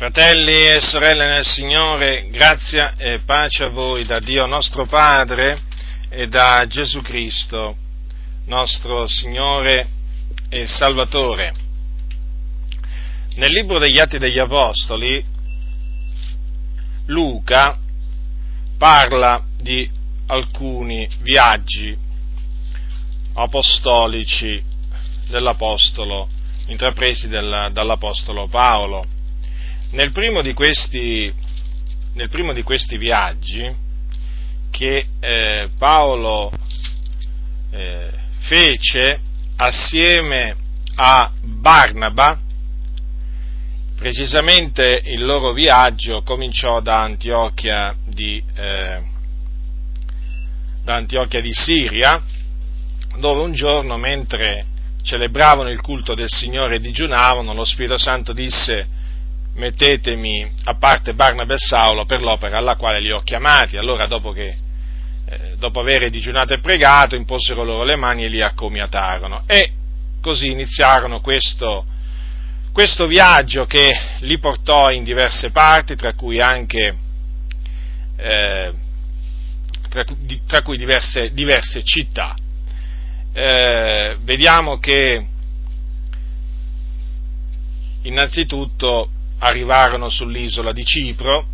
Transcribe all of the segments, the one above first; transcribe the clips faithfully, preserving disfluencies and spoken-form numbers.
Fratelli e sorelle nel Signore, grazia e pace a voi da Dio nostro Padre e da Gesù Cristo, nostro Signore e Salvatore. Nel libro degli Atti degli Apostoli, Luca parla di alcuni viaggi apostolici dell'Apostolo, intrapresi del, dall'Apostolo Paolo. Nel primo di questi, nel primo di questi viaggi che eh, Paolo eh, fece assieme a Barnaba, precisamente il loro viaggio cominciò da Antiochia di, eh, da Antiochia di Siria, dove un giorno, mentre celebravano il culto del Signore e digiunavano, lo Spirito Santo disse: mettetemi a parte Barnaba e Saulo per l'opera alla quale li ho chiamati. Allora, dopo che eh, dopo aver digiunato e pregato, imposero loro le mani e li accomiatarono, e così iniziarono questo, questo viaggio che li portò in diverse parti, tra cui anche eh, tra, tra cui diverse, diverse città. Eh, vediamo che innanzitutto arrivarono sull'isola di Cipro,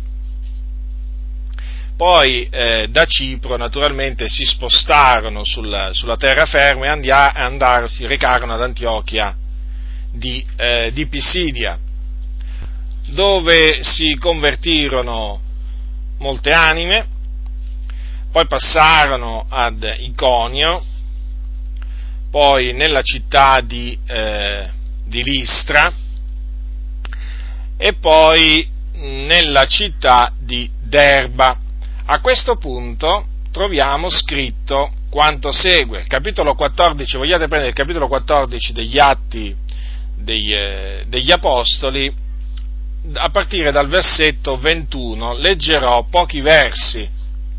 poi eh, da Cipro naturalmente si spostarono sul, sulla terraferma e andia, andarono, si recarono ad Antiochia di, eh, di Pisidia, dove si convertirono molte anime, poi passarono ad Iconio, poi nella città di, eh, di Listra, e poi nella città di Derba. A questo punto troviamo scritto quanto segue. Il capitolo quattordici, vogliate prendere il capitolo quattordici degli Atti degli, eh, degli Apostoli, a partire dal versetto ventuno, leggerò pochi versi.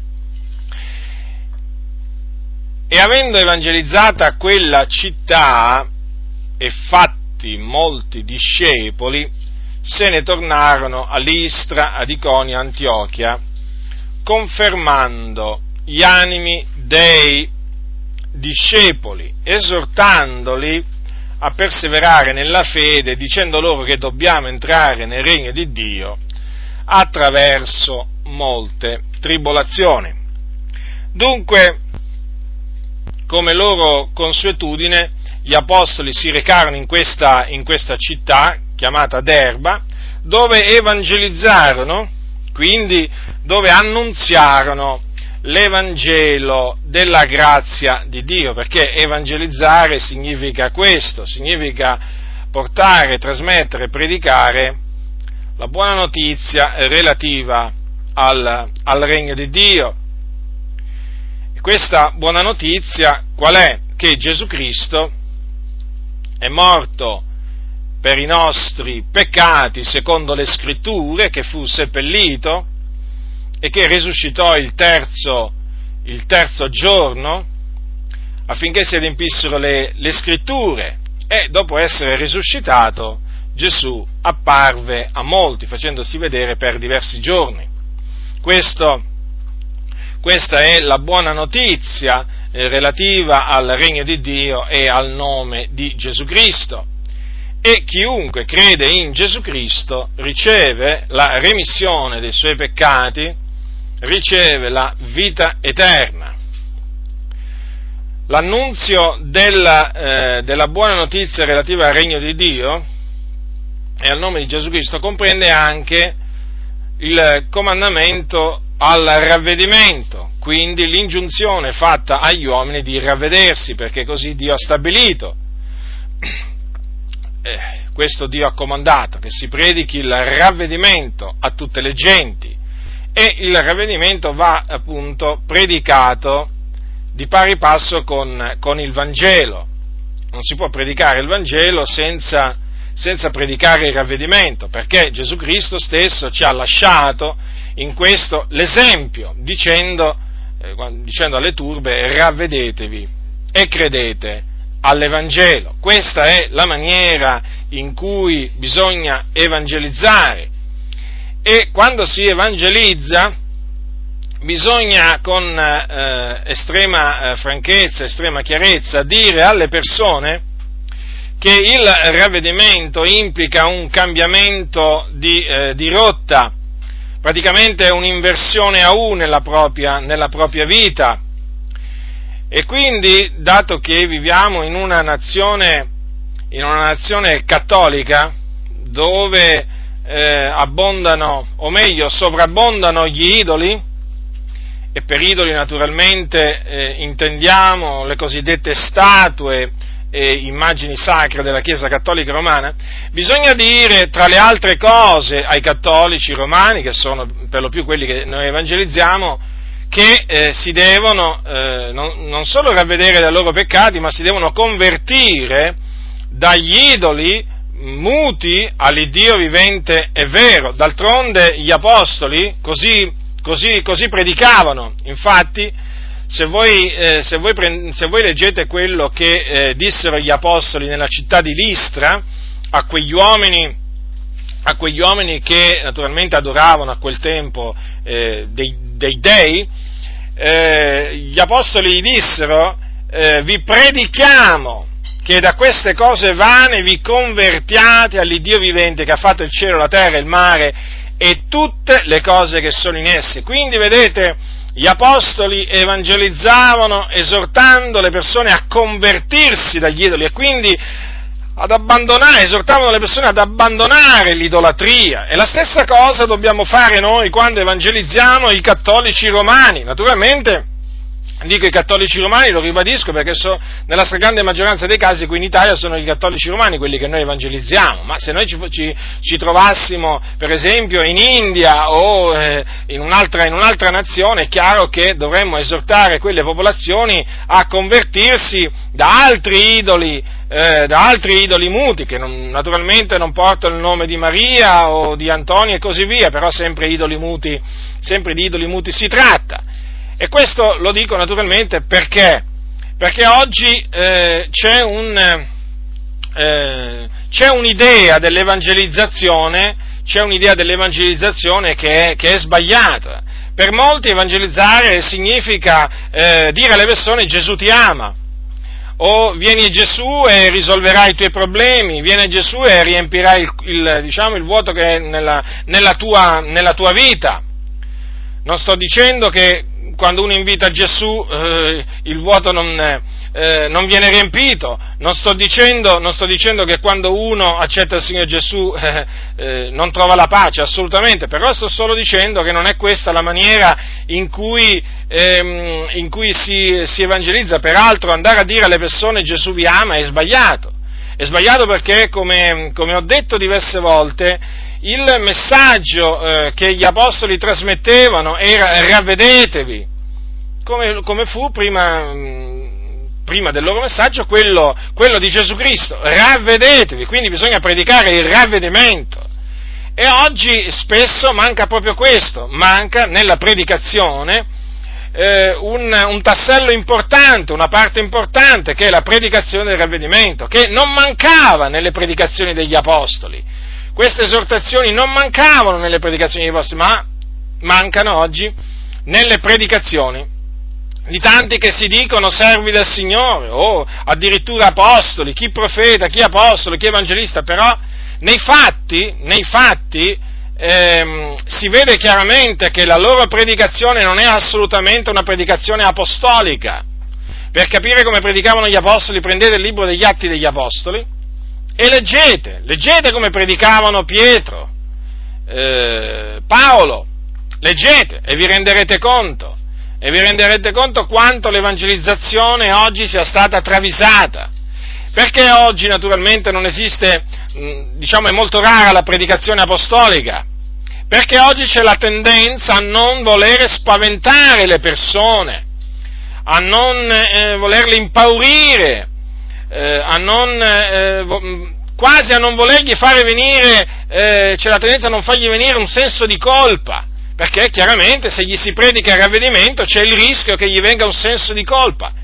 E avendo evangelizzata quella città e fatti molti discepoli, se ne tornarono a Listra, ad Iconio, Antiochia, confermando gli animi dei discepoli, esortandoli a perseverare nella fede, dicendo loro che dobbiamo entrare nel regno di Dio attraverso molte tribolazioni. Dunque, come loro consuetudine, gli apostoli si recarono in questa, in questa città chiamata Derba, dove evangelizzarono, quindi dove annunziarono l'Evangelo della grazia di Dio, perché evangelizzare significa questo, significa portare, trasmettere, predicare la buona notizia relativa al, al regno di Dio. E questa buona notizia qual è? Che Gesù Cristo è morto per i nostri peccati secondo le Scritture, che fu seppellito e che risuscitò il terzo, il terzo giorno affinché si adempissero le, le Scritture, e dopo essere risuscitato Gesù apparve a molti facendosi vedere per diversi giorni. Questo, questa è la buona notizia eh, relativa al regno di Dio e al nome di Gesù Cristo. E chiunque crede in Gesù Cristo riceve la remissione dei suoi peccati, riceve la vita eterna. L'annunzio della, eh, della buona notizia relativa al regno di Dio e al nome di Gesù Cristo comprende anche il comandamento al ravvedimento, quindi l'ingiunzione fatta agli uomini di ravvedersi, perché così Dio ha stabilito. Eh, questo Dio ha comandato, che si predichi il ravvedimento a tutte le genti, e il ravvedimento va appunto predicato di pari passo con, con il Vangelo. Non si può predicare il Vangelo senza, senza predicare il ravvedimento, perché Gesù Cristo stesso ci ha lasciato in questo l'esempio, dicendo, eh, dicendo alle turbe: ravvedetevi e credete all'Evangelo. Questa è la maniera in cui bisogna evangelizzare. E quando si evangelizza bisogna con eh, estrema eh, franchezza, estrema chiarezza dire alle persone che il ravvedimento implica un cambiamento di, eh, di rotta, praticamente un'inversione a U nella propria, nella propria vita. E quindi, dato che viviamo in una nazione, in una nazione cattolica, dove eh, abbondano, o meglio, sovrabbondano gli idoli, e per idoli naturalmente eh, intendiamo le cosiddette statue e immagini sacre della Chiesa Cattolica Romana, bisogna dire, tra le altre cose, ai cattolici romani, che sono per lo più quelli che noi evangelizziamo, che eh, si devono eh, non, non solo ravvedere dai loro peccati, ma si devono convertire dagli idoli muti all'Iddio vivente e vero. D'altronde gli apostoli così, così, così predicavano. Infatti, se voi, eh, se voi, prend- se voi leggete quello che eh, dissero gli apostoli nella città di Listra a quegli uomini, a quegli uomini che naturalmente adoravano a quel tempo eh, dei, dei dei, eh, gli apostoli dissero: eh, vi predichiamo che da queste cose vane vi convertiate all'Iddio vivente che ha fatto il cielo, la terra, il mare e tutte le cose che sono in esse. Quindi vedete, gli apostoli evangelizzavano esortando le persone a convertirsi dagli idoli e quindi ad abbandonare, esortavano le persone ad abbandonare l'idolatria. E la stessa cosa dobbiamo fare noi quando evangelizziamo i cattolici romani. Naturalmente, dico i cattolici romani, lo ribadisco, perché so, nella stragrande maggioranza dei casi qui in Italia sono i cattolici romani quelli che noi evangelizziamo, ma se noi ci, ci, ci trovassimo per esempio in India o eh, in, un'altra, in un'altra nazione, è chiaro che dovremmo esortare quelle popolazioni a convertirsi da altri idoli, eh, da altri idoli muti, che non, naturalmente non portano il nome di Maria o di Antonio e così via, però sempre idoli muti, sempre di idoli muti si tratta. E questo lo dico naturalmente perché? Perché oggi eh, c'è, un, eh, c'è un'idea dell'evangelizzazione, c'è un'idea dell'evangelizzazione che è, che è sbagliata. Per molti evangelizzare significa eh, dire alle persone: Gesù ti ama, o vieni Gesù e risolverai i tuoi problemi, vieni Gesù e riempirai il, il, diciamo, il vuoto che è nella, nella, tua, nella tua vita. Non sto dicendo che quando uno invita Gesù eh, il vuoto non, eh, non viene riempito, non sto dicendo, non sto dicendo che quando uno accetta il Signore Gesù eh, eh, non trova la pace, assolutamente, però sto solo dicendo che non è questa la maniera in cui, ehm, in cui si, si evangelizza. Peraltro andare a dire alle persone Gesù vi ama è sbagliato, è sbagliato perché, come, come ho detto diverse volte, il messaggio eh, che gli apostoli trasmettevano era: ravvedetevi, come, come fu prima, prima del loro messaggio quello, quello di Gesù Cristo, ravvedetevi, quindi bisogna predicare il ravvedimento. E oggi spesso manca proprio questo, manca nella predicazione eh, un, un tassello importante, una parte importante, che è la predicazione del ravvedimento, che non mancava nelle predicazioni degli apostoli. Queste esortazioni non mancavano nelle predicazioni degli apostoli, ma mancano oggi nelle predicazioni di tanti che si dicono servi del Signore, o addirittura apostoli, chi profeta, chi apostolo, chi evangelista, però nei fatti, nei fatti ehm, si vede chiaramente che la loro predicazione non è assolutamente una predicazione apostolica. Per capire come predicavano gli apostoli, prendete il libro degli Atti degli Apostoli e leggete, leggete come predicavano Pietro, eh, Paolo, leggete e vi renderete conto, e vi renderete conto quanto l'evangelizzazione oggi sia stata travisata, perché oggi naturalmente non esiste, diciamo è molto rara la predicazione apostolica, perché oggi c'è la tendenza a non volere spaventare le persone, a non eh, volerle impaurire, Eh, a non, eh, quasi a non volergli fare venire, eh, c'è la tendenza a non fargli venire un senso di colpa, perché chiaramente se gli si predica il ravvedimento c'è il rischio che gli venga un senso di colpa,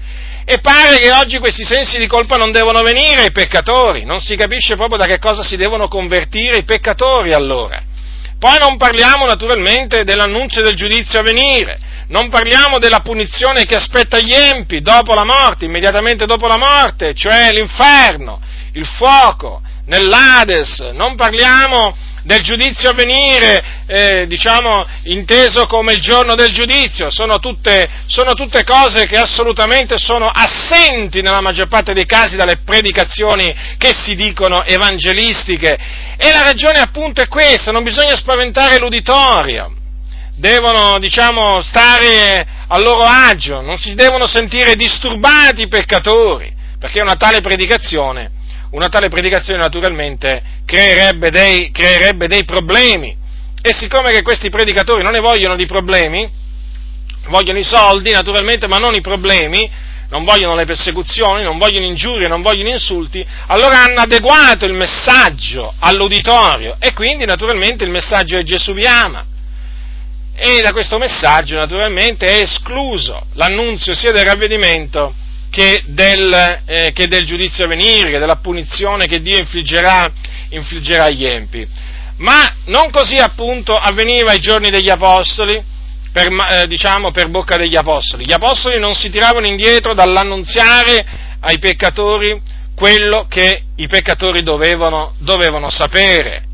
E pare che oggi questi sensi di colpa non devono venire ai peccatori, non si capisce proprio da che cosa si devono convertire i peccatori allora. Poi non parliamo naturalmente dell'annunzio del giudizio a venire, non parliamo della punizione che aspetta gli empi dopo la morte, immediatamente dopo la morte, cioè l'inferno, il fuoco, nell'Ades, non parliamo del giudizio a venire, eh, diciamo, inteso come il giorno del giudizio, sono tutte, sono tutte cose che assolutamente sono assenti nella maggior parte dei casi dalle predicazioni che si dicono evangelistiche, e la ragione appunto è questa: non bisogna spaventare l'uditorio, devono, diciamo, stare a loro agio, non si devono sentire disturbati i peccatori, perché una tale predicazione Una tale predicazione naturalmente creerebbe dei, creerebbe dei problemi, e siccome che questi predicatori non ne vogliono di problemi, vogliono i soldi naturalmente, ma non i problemi, non vogliono le persecuzioni, non vogliono ingiurie, non vogliono insulti, allora hanno adeguato il messaggio all'uditorio, e quindi naturalmente il messaggio è Gesù vi ama, e da questo messaggio naturalmente è escluso l'annunzio sia del ravvedimento Che del, eh, che del giudizio a venire, che della punizione che Dio infliggerà, infliggerà agli empi. Ma non così appunto avveniva ai giorni degli apostoli, per, eh, diciamo per bocca degli apostoli. Gli apostoli non si tiravano indietro dall'annunziare ai peccatori quello che i peccatori dovevano, dovevano sapere.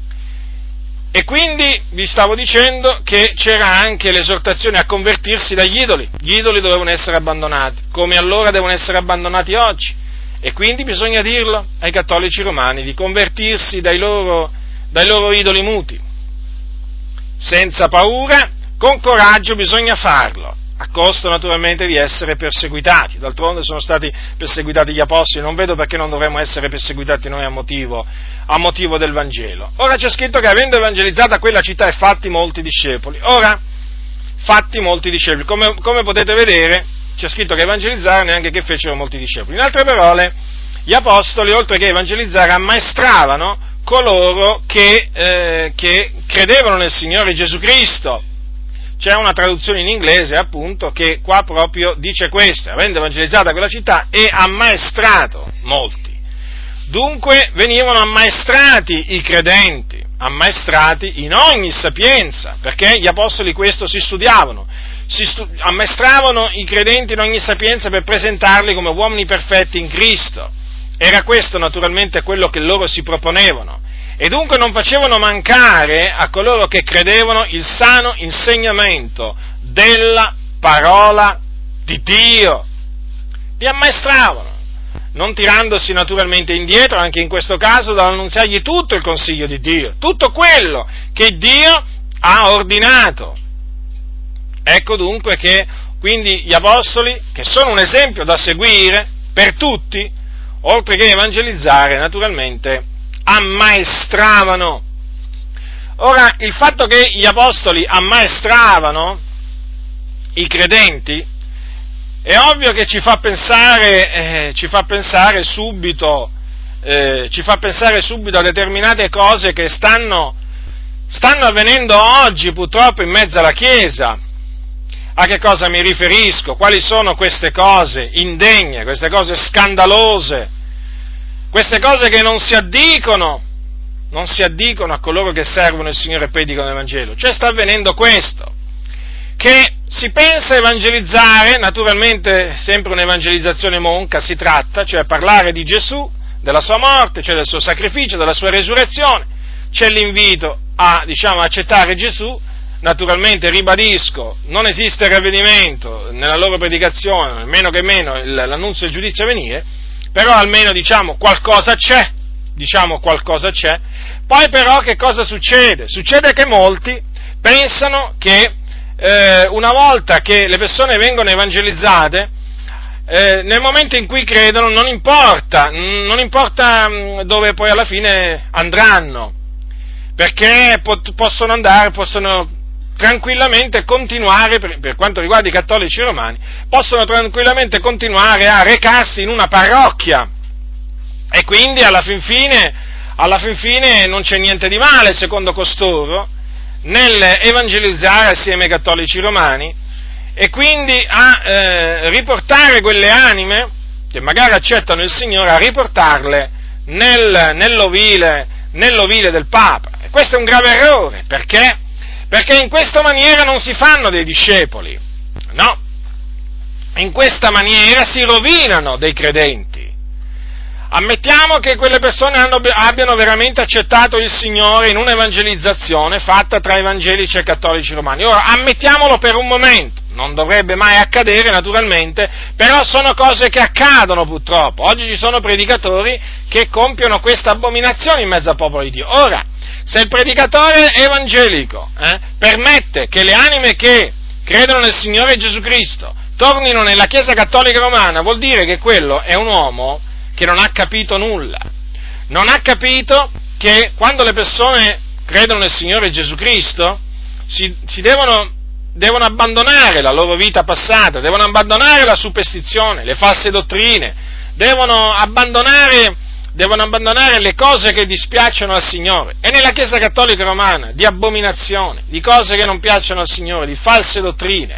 E quindi vi stavo dicendo che c'era anche l'esortazione a convertirsi dagli idoli. Gli idoli dovevano essere abbandonati, come allora devono essere abbandonati oggi. E quindi bisogna dirlo ai cattolici romani di convertirsi dai loro, dai loro idoli muti. Senza paura, con coraggio bisogna farlo, a costo naturalmente di essere perseguitati. D'altronde sono stati perseguitati gli apostoli, non vedo perché non dovremmo essere perseguitati noi a motivo, a motivo del Vangelo. Ora c'è scritto che avendo evangelizzata quella città e fatti molti discepoli. Ora, fatti molti discepoli, come, come potete vedere, c'è scritto che evangelizzarono e anche che fecero molti discepoli. In altre parole, gli apostoli, oltre che evangelizzare, ammaestravano coloro che, eh, che credevano nel Signore Gesù Cristo. C'è una traduzione in inglese, appunto, che qua proprio dice questo: avendo evangelizzata quella città e ammaestrato molti. Dunque venivano ammaestrati i credenti, ammaestrati in ogni sapienza, perché gli apostoli questo si studiavano, si stu- ammaestravano i credenti in ogni sapienza per presentarli come uomini perfetti in Cristo. Era questo naturalmente quello che loro si proponevano. E dunque non facevano mancare a coloro che credevano il sano insegnamento della parola di Dio. Li ammaestravano, non tirandosi naturalmente indietro, anche in questo caso, dall'annunziargli tutto il consiglio di Dio, tutto quello che Dio ha ordinato. Ecco dunque che quindi gli apostoli, che sono un esempio da seguire per tutti, oltre che evangelizzare, naturalmente ammaestravano. Ora, il fatto che gli apostoli ammaestravano i credenti è ovvio che ci fa pensare, eh, ci fa pensare subito, eh, ci fa pensare subito a determinate cose che stanno, stanno avvenendo oggi purtroppo in mezzo alla Chiesa. A che cosa mi riferisco? Quali sono queste cose indegne, queste cose scandalose? Queste cose che non si addicono, non si addicono a coloro che servono il Signore e predicano l'Evangelo. Cioè sta avvenendo questo, che si pensa evangelizzare, naturalmente sempre un'evangelizzazione monca si tratta, cioè parlare di Gesù, della sua morte, cioè del suo sacrificio, della sua resurrezione. C'è l'invito a, diciamo, accettare Gesù. Naturalmente, ribadisco, non esiste ravvedimento nella loro predicazione, meno che meno l'annunzio del giudizio a venire, però almeno, diciamo, qualcosa c'è, diciamo, qualcosa c'è. Poi però che cosa succede? Succede che molti pensano che eh, una volta che le persone vengono evangelizzate, eh, nel momento in cui credono non importa, non importa dove poi alla fine andranno, perché pot- possono andare, possono tranquillamente continuare, per, per quanto riguarda i cattolici romani, possono tranquillamente continuare a recarsi in una parrocchia, e quindi alla fin fine, alla fin fine non c'è niente di male, secondo costoro, nel evangelizzare assieme ai cattolici romani, e quindi a eh, riportare quelle anime che magari accettano il Signore, a riportarle nel, nell'ovile, nell'ovile del Papa. E questo è un grave errore, perché? Perché in questa maniera non si fanno dei discepoli, no, in questa maniera si rovinano dei credenti. Ammettiamo che quelle persone hanno, abbiano veramente accettato il Signore in un'evangelizzazione fatta tra evangelici e cattolici romani. Ora, ammettiamolo per un momento, non dovrebbe mai accadere naturalmente, però sono cose che accadono purtroppo. Oggi ci sono predicatori che compiono questa abominazione in mezzo al popolo di Dio. Ora, se il predicatore evangelico eh, permette che le anime che credono nel Signore Gesù Cristo tornino nella Chiesa Cattolica Romana, vuol dire che quello è un uomo che non ha capito nulla, non ha capito che quando le persone credono nel Signore Gesù Cristo si, si devono, devono abbandonare la loro vita passata, devono abbandonare la superstizione, le false dottrine, devono abbandonare, devono abbandonare le cose che dispiacciono al Signore. E nella Chiesa Cattolica Romana di abominazione, di cose che non piacciono al Signore, di false dottrine,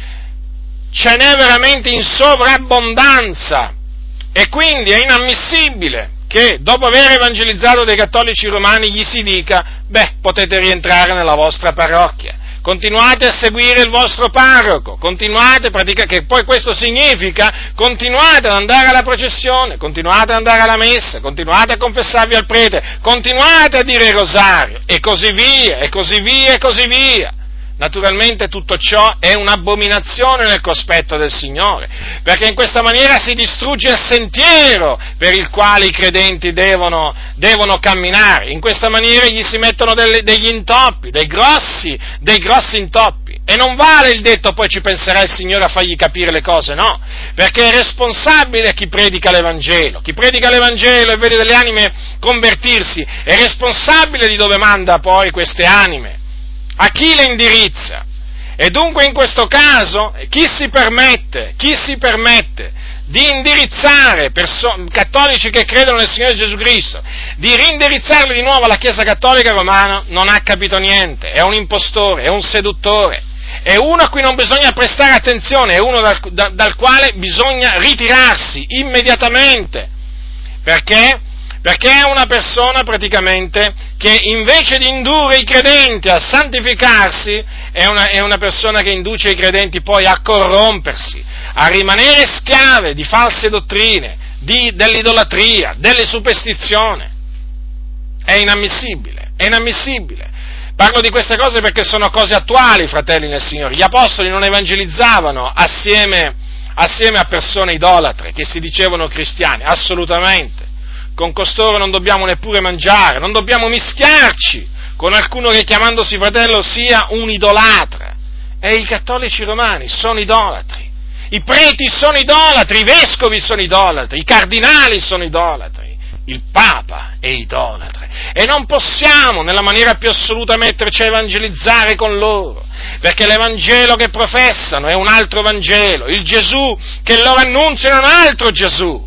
ce n'è veramente in sovrabbondanza. E quindi è inammissibile che dopo aver evangelizzato dei cattolici romani gli si dica, beh, potete rientrare nella vostra parrocchia, continuate a seguire il vostro parroco, continuate a praticare, che poi questo significa, continuate ad andare alla processione, continuate ad andare alla messa, continuate a confessarvi al prete, continuate a dire il rosario, e così via, e così via, e così via. Naturalmente tutto ciò è un'abominazione nel cospetto del Signore, perché in questa maniera si distrugge il sentiero per il quale i credenti devono, devono camminare, in questa maniera gli si mettono delle, degli intoppi, dei grossi, dei grossi intoppi, e non vale il detto poi ci penserà il Signore a fargli capire le cose, no, perché è responsabile chi predica l'Evangelo, chi predica l'Evangelo e vede delle anime convertirsi, è responsabile di dove manda poi queste anime, a chi le indirizza. E dunque in questo caso chi si permette, chi si permette di indirizzare perso- cattolici che credono nel Signore Gesù Cristo, di reindirizzarli di nuovo alla Chiesa Cattolica Romana, non ha capito niente, è un impostore, è un seduttore, è uno a cui non bisogna prestare attenzione, è uno dal, da, dal quale bisogna ritirarsi immediatamente, perché? Perché è una persona praticamente che invece di indurre i credenti a santificarsi, è una, è una persona che induce i credenti poi a corrompersi, a rimanere schiave di false dottrine, di, dell'idolatria, delle superstizioni. È inammissibile, è inammissibile. Parlo di queste cose perché sono cose attuali, fratelli nel Signore. Gli apostoli non evangelizzavano assieme, assieme a persone idolatre che si dicevano cristiani, assolutamente. Con costoro non dobbiamo neppure mangiare, non dobbiamo mischiarci con alcuno che chiamandosi fratello sia un idolatra. E i cattolici romani sono idolatri, i preti sono idolatri, i vescovi sono idolatri, i cardinali sono idolatri, il Papa è idolatre. E non possiamo nella maniera più assoluta metterci a evangelizzare con loro, perché l'Evangelo che professano è un altro Vangelo, il Gesù che loro annunziano è un altro Gesù.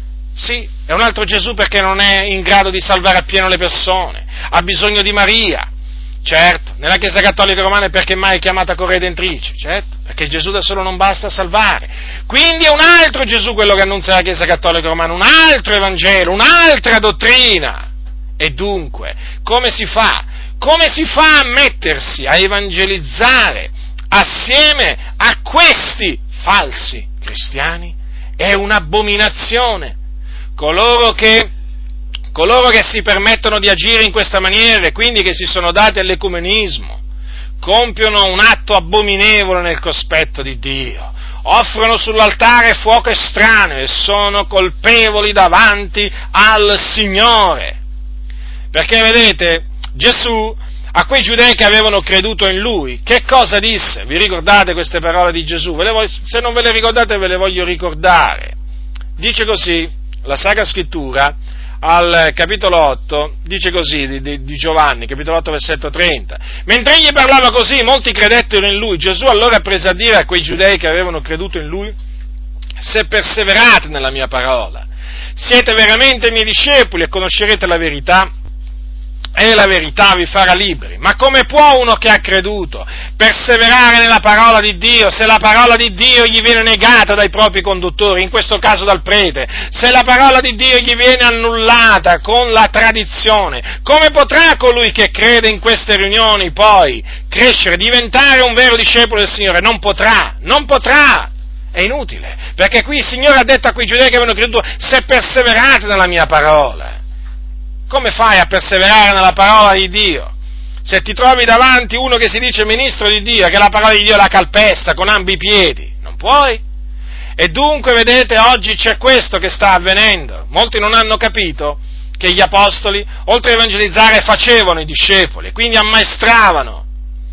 Sì, è un altro Gesù perché non è in grado di salvare appieno le persone, ha bisogno di Maria, certo, nella Chiesa Cattolica Romana è perché mai è chiamata corredentrice, certo, perché Gesù da solo non basta a salvare, quindi è un altro Gesù quello che annuncia la Chiesa Cattolica Romana, un altro Evangelo, un'altra dottrina, e dunque, come si fa? Come si fa a mettersi a evangelizzare assieme a questi falsi cristiani? È un'abominazione. Coloro che, coloro che si permettono di agire in questa maniera e quindi che si sono dati all'ecumenismo, compiono un atto abominevole nel cospetto di Dio, offrono sull'altare fuoco estraneo e sono colpevoli davanti al Signore. Perché vedete, Gesù a quei giudei che avevano creduto in Lui, che cosa disse? Vi ricordate queste parole di Gesù? Ve le voglio, se non ve le ricordate ve le voglio ricordare. Dice così la Sacra Scrittura al capitolo otto, dice così di, di, di Giovanni, capitolo otto, versetto trenta. Mentre egli parlava così, molti credettero in lui. Gesù allora prese a dire a quei giudei che avevano creduto in lui: se perseverate nella mia parola, siete veramente miei discepoli e conoscerete la verità, e la verità vi farà liberi. Ma come può uno che ha creduto perseverare nella parola di Dio, se la parola di Dio gli viene negata dai propri conduttori, in questo caso dal prete, se la parola di Dio gli viene annullata con la tradizione, come potrà colui che crede in queste riunioni poi crescere, diventare un vero discepolo del Signore? Non potrà, non potrà, è inutile, perché qui il Signore ha detto a quei giudei che avevano creduto: se perseverate nella mia parola. Come fai a perseverare nella parola di Dio? Se ti trovi davanti uno che si dice ministro di Dio, che la parola di Dio la calpesta con ambi i piedi, non puoi. E dunque, vedete, oggi c'è questo che sta avvenendo. Molti non hanno capito che gli apostoli, oltre a evangelizzare, facevano i discepoli, quindi ammaestravano.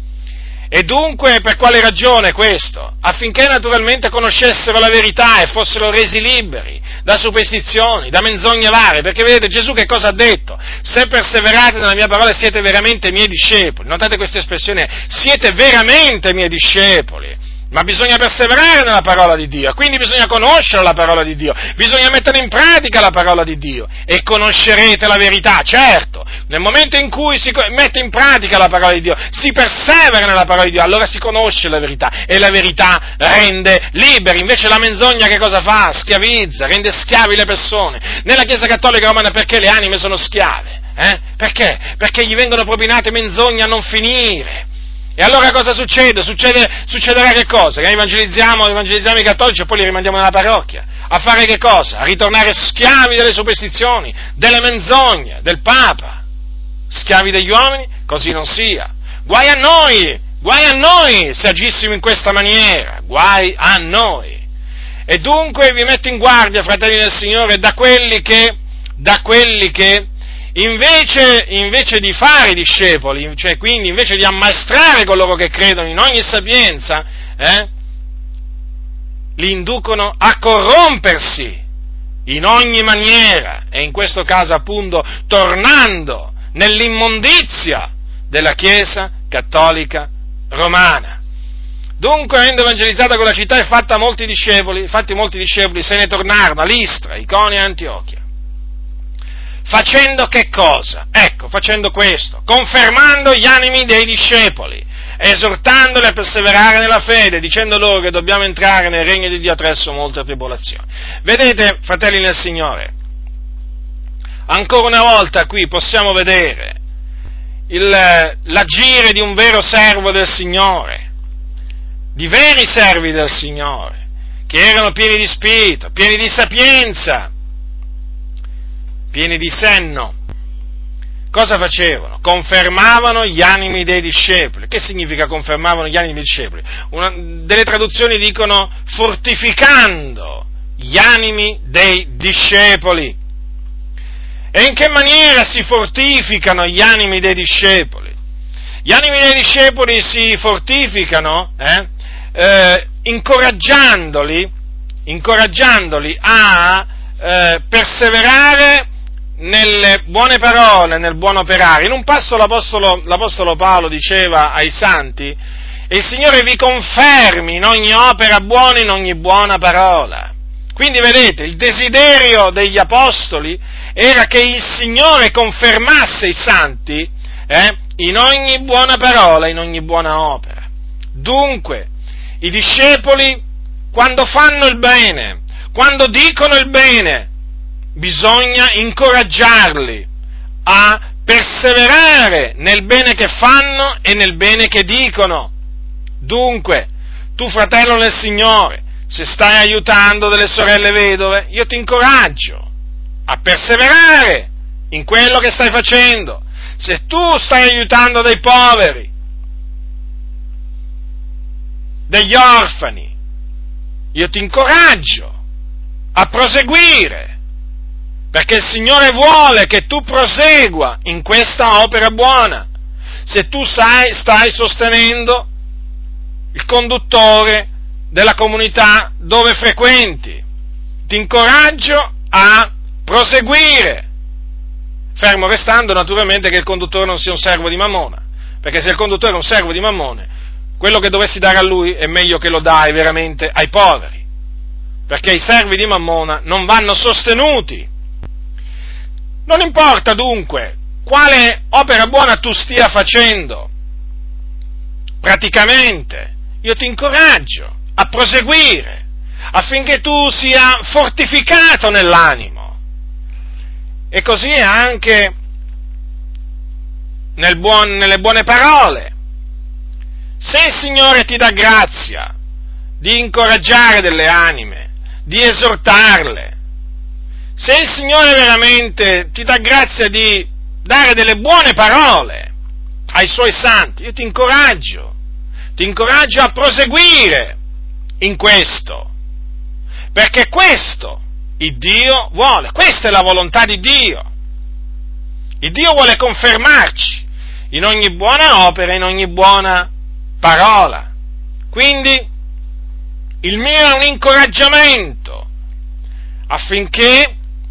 E dunque, per quale ragione questo? Affinché naturalmente conoscessero la verità e fossero resi liberi da superstizioni, da menzogne varie, perché vedete Gesù che cosa ha detto? Se perseverate nella mia parola siete veramente miei discepoli. Notate questa espressione: siete veramente miei discepoli. Ma bisogna perseverare nella parola di Dio, quindi bisogna conoscere la parola di Dio, bisogna mettere in pratica la parola di Dio e conoscerete la verità. Certo, nel momento in cui si mette in pratica la parola di Dio, si persevera nella parola di Dio, allora si conosce la verità e la verità rende liberi. Invece la menzogna che cosa fa? Schiavizza, rende schiavi le persone. Nella Chiesa Cattolica Romana perché le anime sono schiave? Eh? Perché? Perché gli vengono propinate menzogne a non finire. E allora cosa succede? Succede succederà che cosa? Che evangelizziamo, evangelizziamo i cattolici e poi li rimandiamo nella parrocchia. A fare che cosa? A ritornare schiavi delle superstizioni, delle menzogne, del Papa. Schiavi degli uomini? Così non sia. Guai a noi! Guai a noi se agissimo in questa maniera! Guai a noi! E dunque vi metto in guardia, fratelli del Signore, da quelli che, da quelli che, Invece, invece di fare i discepoli, cioè quindi invece di ammaestrare coloro che credono in ogni sapienza, eh, li inducono a corrompersi in ogni maniera, e in questo caso appunto tornando nell'immondizia della Chiesa Cattolica Romana. Dunque, avendo evangelizzata quella città e fatta molti discepoli, fatti molti discepoli, se ne tornarono a Listra, Iconia e Antiochia. Facendo che cosa? Ecco, facendo questo, confermando gli animi dei discepoli, esortandoli a perseverare nella fede, dicendo loro che dobbiamo entrare nel regno di Dio attraverso molte tribolazioni. Vedete, fratelli nel Signore, ancora una volta qui possiamo vedere il, l'agire di un vero servo del Signore, di veri servi del Signore, che erano pieni di spirito, pieni di sapienza, pieni di senno. Cosa facevano? Confermavano gli animi dei discepoli. Che significa confermavano gli animi dei discepoli? Una, delle traduzioni dicono fortificando gli animi dei discepoli. E in che maniera si fortificano gli animi dei discepoli? Gli animi dei discepoli si fortificano eh, eh, incoraggiandoli, incoraggiandoli a eh, perseverare nelle buone parole, nel buon operare. In un passo l'apostolo, l'apostolo Paolo diceva ai santi: e il Signore vi confermi in ogni opera buona, in ogni buona parola. Quindi vedete, il desiderio degli apostoli era che il Signore confermasse i santi eh, in ogni buona parola, in ogni buona opera. Dunque, i discepoli, quando fanno il bene, quando dicono il bene, bisogna incoraggiarli a perseverare nel bene che fanno e nel bene che dicono. Dunque, tu fratello nel Signore, se stai aiutando delle sorelle vedove, io ti incoraggio a perseverare in quello che stai facendo. Se tu stai aiutando dei poveri, degli orfani, io ti incoraggio a proseguire, perché il Signore vuole che tu prosegua in questa opera buona. Se tu sai, stai sostenendo il conduttore della comunità dove frequenti, ti incoraggio a proseguire, fermo restando naturalmente che il conduttore non sia un servo di Mammona, perché se il conduttore è un servo di Mammone, quello che dovessi dare a lui è meglio che lo dai veramente ai poveri, perché i servi di Mammona non vanno sostenuti. Non importa dunque quale opera buona tu stia facendo, praticamente, io ti incoraggio a proseguire affinché tu sia fortificato nell'animo. E così anche nel buon, nelle buone parole. Se il Signore ti dà grazia di incoraggiare delle anime, di esortarle, se il Signore veramente ti dà grazia di dare delle buone parole ai Suoi santi, io ti incoraggio, ti incoraggio a proseguire in questo, perché questo il Dio vuole, questa è la volontà di Dio. Il Dio vuole confermarci in ogni buona opera, in ogni buona parola. Quindi il mio è un incoraggiamento affinché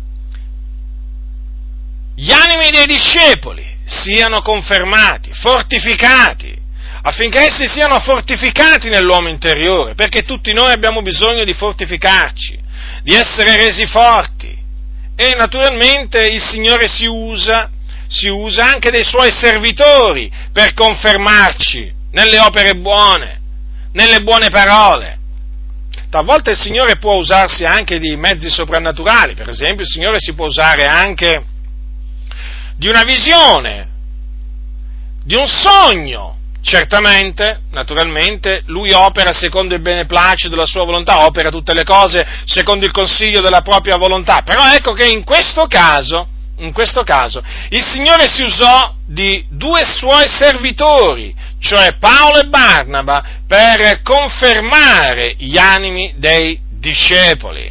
gli animi dei discepoli siano confermati, fortificati, affinché essi siano fortificati nell'uomo interiore, perché tutti noi abbiamo bisogno di fortificarci, di essere resi forti, e naturalmente il Signore si usa, si usa anche dei Suoi servitori per confermarci nelle opere buone, nelle buone parole. Talvolta il Signore può usarsi anche di mezzi soprannaturali, per esempio il Signore si può usare anche di una visione, di un sogno. Certamente, naturalmente, Lui opera secondo il beneplacito della Sua volontà, opera tutte le cose secondo il consiglio della propria volontà, però ecco che in questo caso, in questo caso, il Signore si usò di due Suoi servitori, cioè Paolo e Barnaba, per confermare gli animi dei discepoli.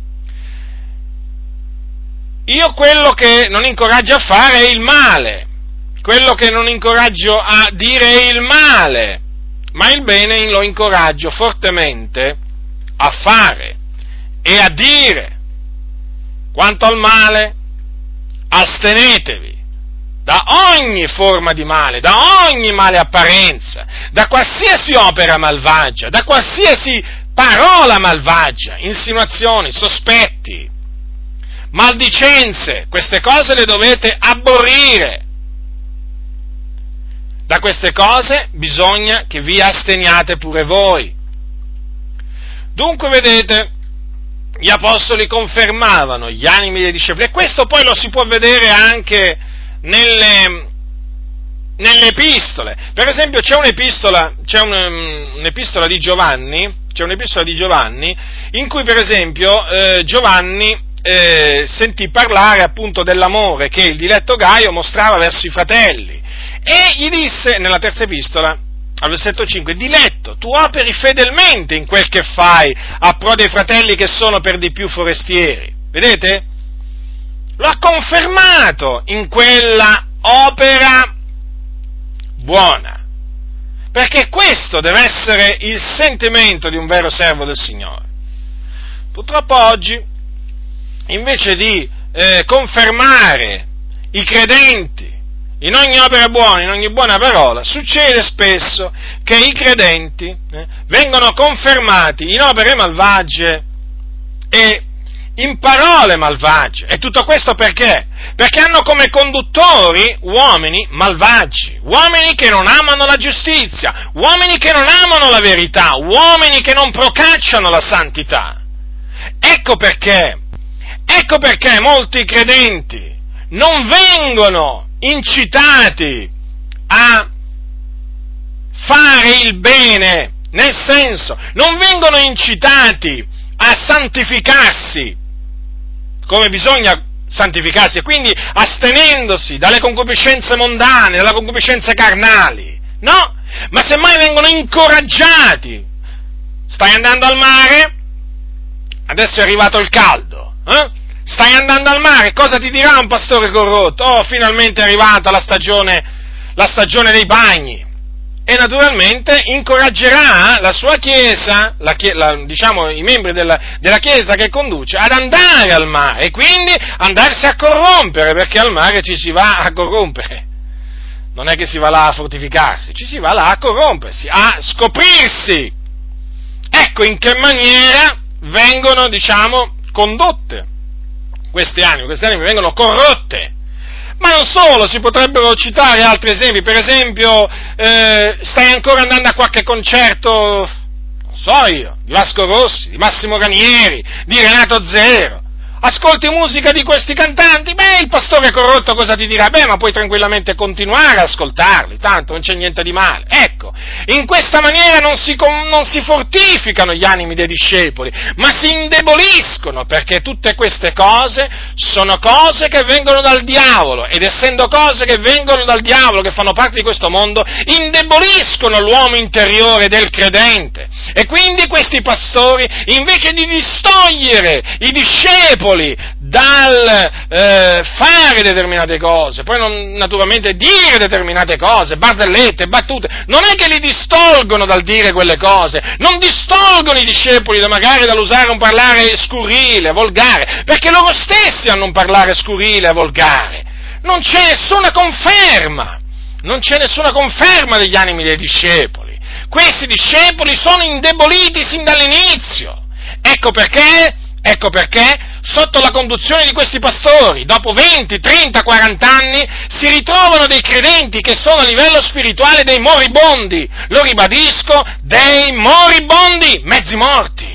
Io quello che non incoraggio a fare è il male, quello che non incoraggio a dire è il male, ma il bene lo incoraggio fortemente a fare e a dire. Quanto al male, astenetevi da ogni forma di male, da ogni male apparenza, da qualsiasi opera malvagia, da qualsiasi parola malvagia, insinuazioni, sospetti, maldicenze, queste cose le dovete aborrire. Da queste cose bisogna che vi asteniate pure voi. Dunque, vedete, gli apostoli confermavano gli animi dei discepoli, e questo poi lo si può vedere anche nelle, nelle epistole. Per esempio c'è un'epistola, c'è un, un'epistola di Giovanni, c'è un'epistola di Giovanni, in cui per esempio eh, Giovanni eh, sentì parlare appunto dell'amore che il diletto Gaio mostrava verso i fratelli, e gli disse, nella terza epistola, al versetto cinque, diletto, tu operi fedelmente in quel che fai a pro dei fratelli che sono per di più forestieri. Vedete? Lo ha confermato in quella opera buona, perché questo deve essere il sentimento di un vero servo del Signore. Purtroppo oggi, invece di eh, confermare i credenti in ogni opera buona, in ogni buona parola, succede spesso che i credenti eh, vengono confermati in opere malvagie e in parole malvagie. E tutto questo perché? Perché hanno come conduttori uomini malvagi, uomini che non amano la giustizia, uomini che non amano la verità, uomini che non procacciano la santità. Ecco perché, ecco perché molti credenti non vengono incitati a fare il bene, nel senso, non vengono incitati a santificarsi come bisogna santificarsi, e quindi astenendosi dalle concupiscenze mondane, dalle concupiscenze carnali, no? Ma semmai vengono incoraggiati. Stai andando al mare? Adesso è arrivato il caldo, eh? Stai andando al mare, cosa ti dirà un pastore corrotto? Oh, finalmente è arrivata la stagione, la stagione dei bagni. E naturalmente incoraggerà la sua chiesa, la, la, diciamo i membri della, della chiesa che conduce, ad andare al mare e quindi andarsi a corrompere, perché al mare ci si va a corrompere. Non è che si va là a fortificarsi, ci si va là a corrompersi, a scoprirsi. Ecco in che maniera vengono, diciamo, condotte queste anime, queste anime vengono corrotte, Ma non solo, si potrebbero citare altri esempi, per esempio, eh, stai ancora andando a qualche concerto, non so io, di Vasco Rossi, di Massimo Ranieri, di Renato Zero, ascolti musica di questi cantanti, beh, il pastore corrotto cosa ti dirà? Beh, ma puoi tranquillamente continuare ad ascoltarli, tanto non c'è niente di male. Ecco, in questa maniera non si, non si fortificano gli animi dei discepoli, ma si indeboliscono, perché tutte queste cose sono cose che vengono dal diavolo, ed essendo cose che vengono dal diavolo, che fanno parte di questo mondo, indeboliscono l'uomo interiore del credente. E quindi questi pastori, invece di distogliere i discepoli dal eh, fare determinate cose, poi non, naturalmente dire determinate cose, barzellette, battute, non è che li distolgono dal dire quelle cose, non distolgono i discepoli da magari dall'usare un parlare scurrile, volgare, perché loro stessi hanno un parlare scurrile e volgare. Non c'è nessuna conferma, non c'è nessuna conferma degli animi dei discepoli. Questi discepoli sono indeboliti sin dall'inizio. Ecco perché, ecco perché, sotto la conduzione di questi pastori, dopo venti, trenta, quaranta anni, si ritrovano dei credenti che sono a livello spirituale dei moribondi, lo ribadisco, dei moribondi, mezzi morti.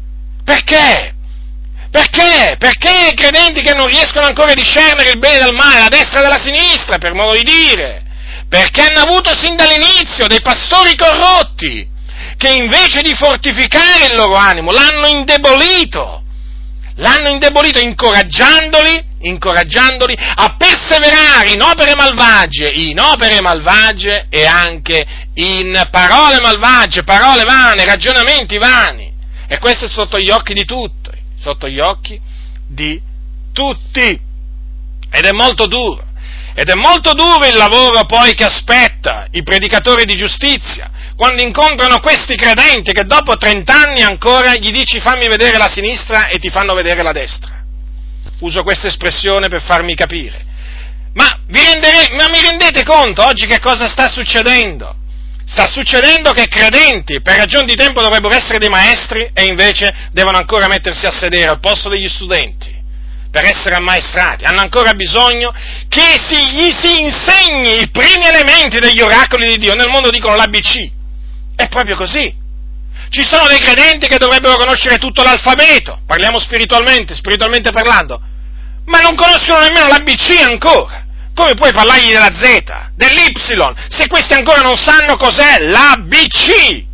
Perché? Perché? Perché credenti che non riescono ancora a discernere il bene dal male, la destra dalla sinistra, per modo di dire? Perché hanno avuto sin dall'inizio dei pastori corrotti, che invece di fortificare il loro animo, l'hanno indebolito. L'hanno indebolito incoraggiandoli, incoraggiandoli a perseverare in opere malvagie, in opere malvagie e anche in parole malvagie, parole vane, ragionamenti vani. E questo è sotto gli occhi di tutti, sotto gli occhi di tutti. Ed è molto duro. Ed è molto duro il lavoro poi che aspetta i predicatori di giustizia, quando incontrano questi credenti che dopo trent'anni ancora gli dici fammi vedere la sinistra e ti fanno vedere la destra. Uso questa espressione per farmi capire. Ma vi rendere, ma mi rendete conto oggi che cosa sta succedendo? Sta succedendo che credenti per ragioni di tempo dovrebbero essere dei maestri e invece devono ancora mettersi a sedere al posto degli studenti per essere ammaestrati. Hanno ancora bisogno che si, gli si insegni i primi elementi degli oracoli di Dio. Nel mondo dicono l'A B C. È proprio così. Ci sono dei credenti che dovrebbero conoscere tutto l'alfabeto, parliamo spiritualmente, spiritualmente parlando, ma non conoscono nemmeno l'A B C ancora. Come puoi parlargli della Z, dell'Y, se questi ancora non sanno cos'è l'A B C?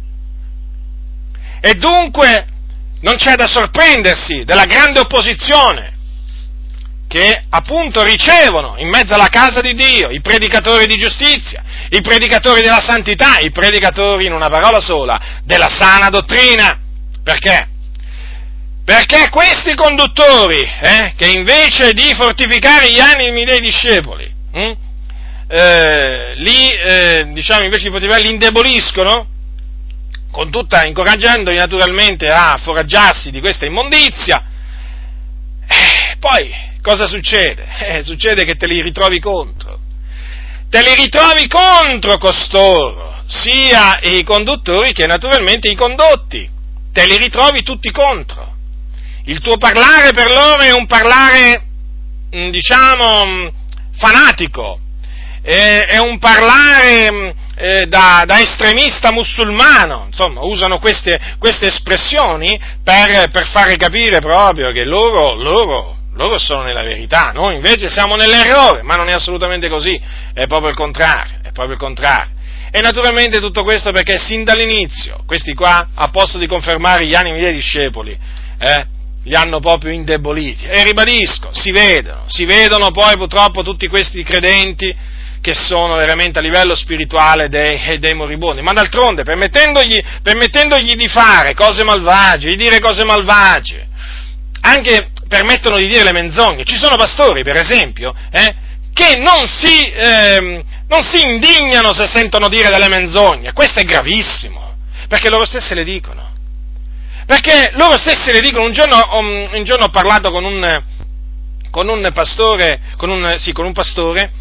E dunque non c'è da sorprendersi della grande opposizione che appunto ricevono in mezzo alla casa di Dio i predicatori di giustizia, i predicatori della santità, i predicatori, in una parola sola, della sana dottrina. Perché? Perché questi conduttori, eh, che invece di fortificare gli animi dei discepoli, hm, eh, li, eh, diciamo, invece di fortificare, li indeboliscono, con tutta, incoraggiandoli naturalmente a foraggiarsi di questa immondizia, eh, poi cosa succede? Eh, succede che te li ritrovi contro. Te li ritrovi contro costoro, sia i conduttori che naturalmente i condotti. Te li ritrovi tutti contro. Il tuo parlare per loro è un parlare, diciamo, fanatico, è un parlare eh, da, da estremista musulmano, insomma, usano queste, queste espressioni per, per fare capire proprio che loro, loro, loro sono nella verità, noi invece siamo nell'errore, ma non è assolutamente così, è proprio il contrario, è proprio il contrario. E naturalmente tutto questo perché sin dall'inizio, questi qua, a posto di confermare gli animi dei discepoli, eh, li hanno proprio indeboliti. E ribadisco, si vedono, si vedono poi purtroppo tutti questi credenti che sono veramente a livello spirituale dei, dei moribondi, ma d'altronde permettendogli, permettendogli di fare cose malvagie, di dire cose malvagie, anche permettono di dire le menzogne. Ci sono pastori, per esempio, eh, che non si, eh, non si indignano se sentono dire delle menzogne. Questo è gravissimo, perché loro stessi le dicono. Perché loro stessi le dicono. Un giorno, um, un giorno ho parlato con un, con un pastore, con un, sì, con un pastore,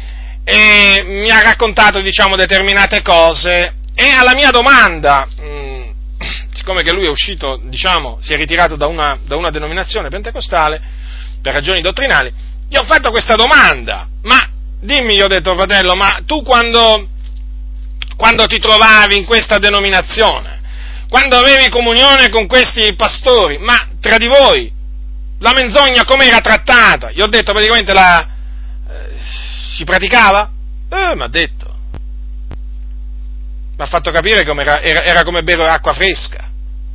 e mi ha raccontato, diciamo, determinate cose, e alla mia domanda, mh, siccome che lui è uscito, diciamo, si è ritirato da una, da una denominazione pentecostale, per ragioni dottrinali, Gli ho fatto questa domanda, ma dimmi, gli ho detto, fratello, ma tu quando, quando ti trovavi in questa denominazione, quando avevi comunione con questi pastori, ma tra di voi la menzogna come era trattata? Gli ho detto, praticamente la eh, si praticava? Eh, mi ha detto, mi ha fatto capire come era, era, era come bere acqua fresca.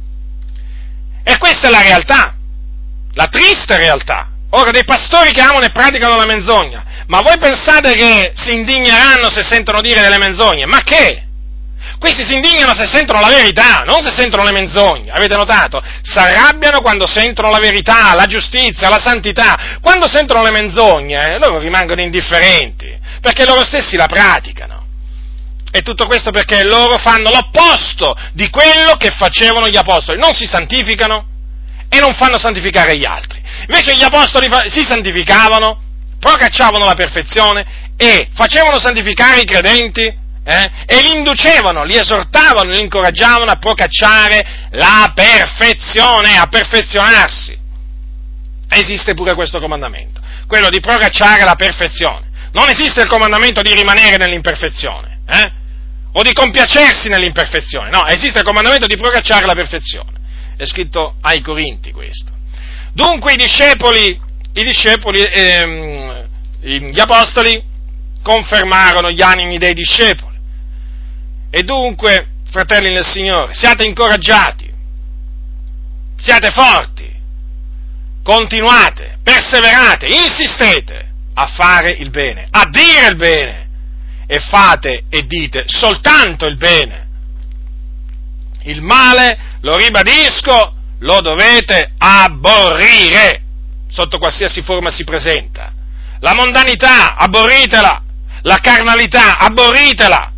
E questa è la realtà, la triste realtà. Ora, dei pastori che amano e praticano la menzogna, ma voi pensate che si indigneranno se sentono dire delle menzogne? Ma che? Questi si indignano se sentono la verità, non se sentono le menzogne, avete notato? Si arrabbiano quando sentono la verità, la giustizia, la santità. Quando sentono le menzogne, eh, loro rimangono indifferenti, perché loro stessi la praticano. E tutto questo perché loro fanno l'opposto di quello che facevano gli apostoli, non si santificano e non fanno santificare gli altri. Invece gli apostoli si santificavano, procacciavano la perfezione e facevano santificare i credenti eh, e li inducevano, li esortavano, li incoraggiavano a procacciare la perfezione, a perfezionarsi. Esiste pure questo comandamento, quello di procacciare la perfezione. Non esiste il comandamento di rimanere nell'imperfezione, eh? O di compiacersi nell'imperfezione, no, esiste il comandamento di procacciare la perfezione. È scritto ai Corinti questo. Dunque i discepoli, i discepoli, ehm, gli apostoli confermarono gli animi dei discepoli. E dunque, fratelli nel Signore, siate incoraggiati, siate forti, continuate, perseverate, insistete a fare il bene, a dire il bene, e fate e dite soltanto il bene. Il male, lo ribadisco, lo dovete aborrire, sotto qualsiasi forma si presenta. La mondanità, aborritela, la carnalità, aborritela.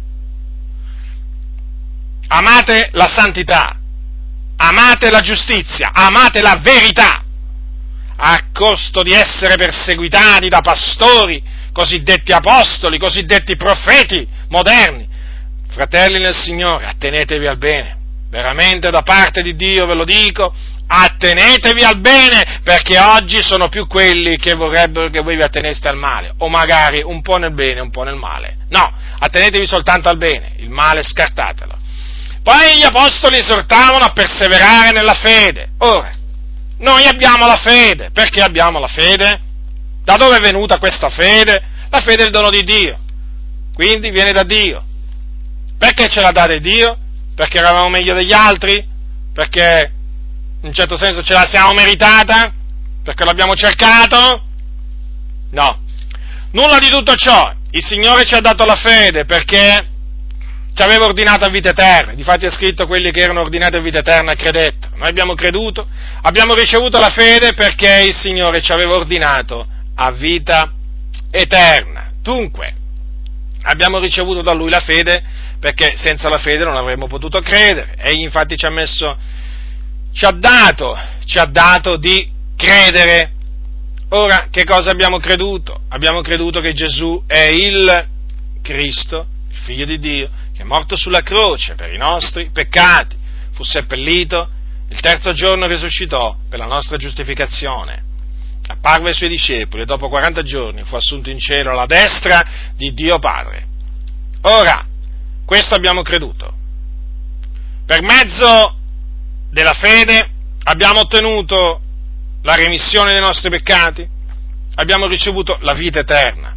Amate la santità, amate la giustizia, amate la verità, a costo di essere perseguitati da pastori, cosiddetti apostoli, cosiddetti profeti moderni. Fratelli nel Signore, attenetevi al bene. Veramente da parte di Dio ve lo dico, attenetevi al bene, perché oggi sono più quelli che vorrebbero che voi vi atteneste al male, o magari un po' nel bene, un po' nel male. No, attenetevi soltanto al bene, il male scartatelo. Poi gli apostoli esortavano a perseverare nella fede. Ora, noi abbiamo la fede, perché abbiamo la fede? Da dove è venuta questa fede? La fede è il dono di Dio, quindi viene da Dio. Perché ce l'ha data Dio? Perché eravamo meglio degli altri? Perché in un certo senso ce la siamo meritata? Perché l'abbiamo cercato? No, nulla di tutto ciò. Il Signore ci ha dato la fede perché ci aveva ordinato a vita eterna. Difatti è scritto: quelli che erano ordinati a vita eterna credettero. Noi abbiamo creduto, abbiamo ricevuto la fede perché il Signore ci aveva ordinato a vita eterna. Dunque, abbiamo ricevuto da Lui la fede perché senza la fede non avremmo potuto credere. Egli infatti ci ha messo, ci ha dato, ci ha dato di credere. Ora, che cosa abbiamo creduto? Abbiamo creduto che Gesù è il Cristo, il Figlio di Dio, che è morto sulla croce per i nostri peccati, fu seppellito, il terzo giorno risuscitò per la nostra giustificazione, apparve ai suoi discepoli e dopo quaranta giorni fu assunto in cielo alla destra di Dio Padre. Ora, questo abbiamo creduto. Per mezzo della fede abbiamo ottenuto la remissione dei nostri peccati, abbiamo ricevuto la vita eterna.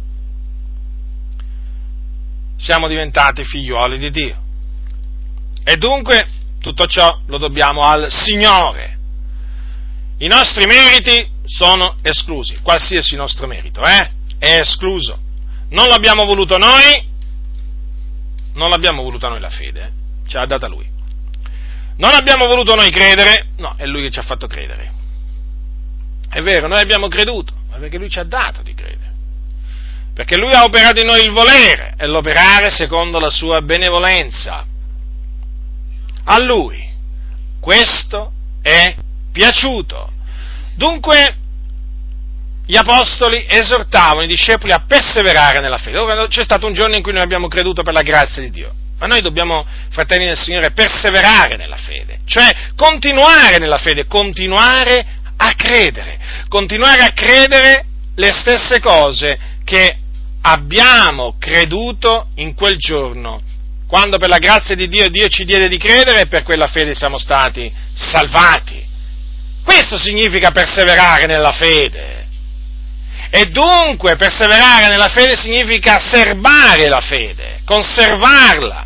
Siamo diventati figliuoli di Dio. E dunque tutto ciò lo dobbiamo al Signore. I nostri meriti sono esclusi, qualsiasi nostro merito, eh, è escluso. Non l'abbiamo voluto noi, non l'abbiamo voluta noi la fede, eh? Ce l'ha data Lui. Non abbiamo voluto noi credere, no, è Lui che ci ha fatto credere. È vero, noi abbiamo creduto, ma perché Lui ci ha dato di credere. Perché Lui ha operato in noi il volere e l'operare secondo la sua benevolenza. A Lui questo è piaciuto. Dunque, gli apostoli esortavano i discepoli a perseverare nella fede. Ora, c'è stato un giorno in cui noi abbiamo creduto per la grazia di Dio, ma noi dobbiamo, fratelli del Signore, perseverare nella fede, cioè continuare nella fede, continuare a credere, continuare a credere le stesse cose che abbiamo creduto in quel giorno, quando per la grazia di Dio Dio ci diede di credere e per quella fede siamo stati salvati. Questo significa perseverare nella fede. E dunque perseverare nella fede significa serbare la fede, conservarla.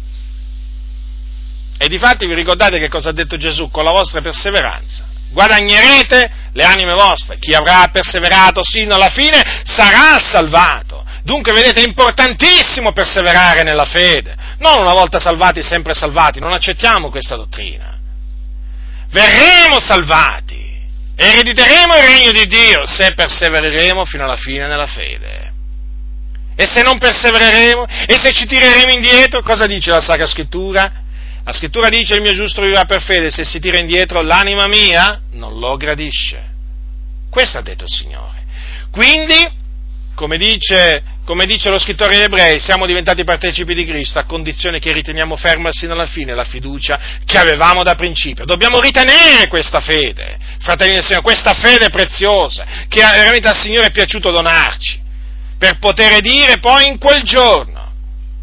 E difatti vi ricordate che cosa ha detto Gesù? Con la vostra perseveranza guadagnerete le anime vostre. Chi avrà perseverato sino alla fine sarà salvato. Dunque, vedete, è importantissimo perseverare nella fede. Non una volta salvati, sempre salvati. Non accettiamo questa dottrina. Verremo salvati. Erediteremo il regno di Dio se persevereremo fino alla fine nella fede. E se non persevereremo? E se ci tireremo indietro? Cosa dice la Sacra Scrittura? La Scrittura dice: il mio giusto vivrà per fede, se si tira indietro l'anima mia non lo gradisce. Questo ha detto il Signore. Quindi, come dice, come dice lo scrittore agli Ebrei, siamo diventati partecipi di Cristo a condizione che riteniamo ferma sino alla fine la fiducia che avevamo da principio. Dobbiamo ritenere questa fede, fratelli del Signore, questa fede preziosa, che veramente al Signore è piaciuto donarci, per poter dire poi in quel giorno,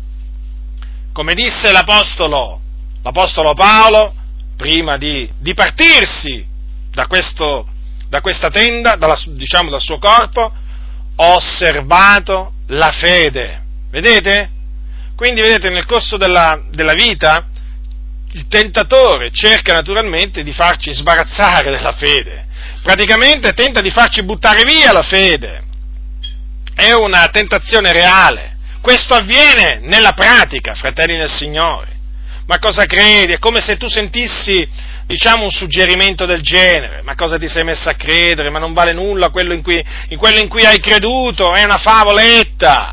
come disse l'Apostolo, l'Apostolo Paolo, prima di, di partirsi da, questo, da questa tenda, dalla, diciamo dal suo corpo, ho osservato la fede. Vedete? Quindi, vedete, nel corso della, della vita, il tentatore cerca naturalmente di farci sbarazzare della fede. Praticamente tenta di farci buttare via la fede. È una tentazione reale. Questo avviene nella pratica, fratelli del Signore. Ma cosa credi? È come se tu sentissi, diciamo, un suggerimento del genere. Ma cosa ti sei messo a credere? Ma non vale nulla quello in cui, in quello in cui hai creduto, è una favoletta.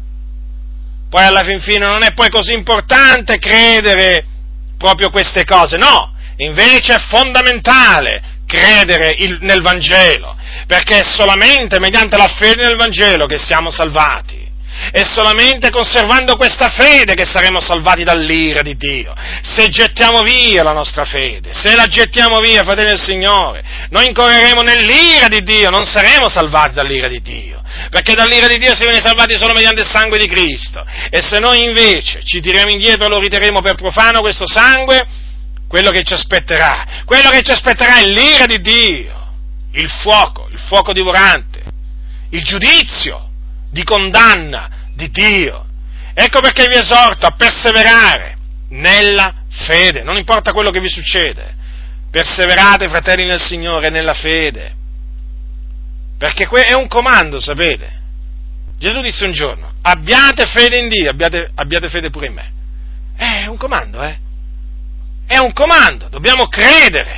Poi alla fin fine non è poi così importante credere proprio queste cose, no, invece è fondamentale credere il, nel Vangelo, perché è solamente mediante la fede nel Vangelo che siamo salvati. È solamente conservando questa fede che saremo salvati dall'ira di Dio. Se gettiamo via la nostra fede, se la gettiamo via, fratelli del Signore, noi incorreremo nell'ira di Dio, non saremo salvati dall'ira di Dio, perché dall'ira di Dio si viene salvati solo mediante il sangue di Cristo. E se noi invece ci tiriamo indietro e lo riterremo per profano questo sangue, quello che ci aspetterà, quello che ci aspetterà è l'ira di Dio, il fuoco, il fuoco divorante, il giudizio di condanna di Dio. Ecco perché vi esorto a perseverare nella fede, non importa quello che vi succede, perseverate, fratelli nel Signore, nella fede, perché è un comando, sapete. Gesù disse un giorno: abbiate fede in Dio, abbiate, abbiate fede pure in me. È un comando, eh? È un comando, dobbiamo credere.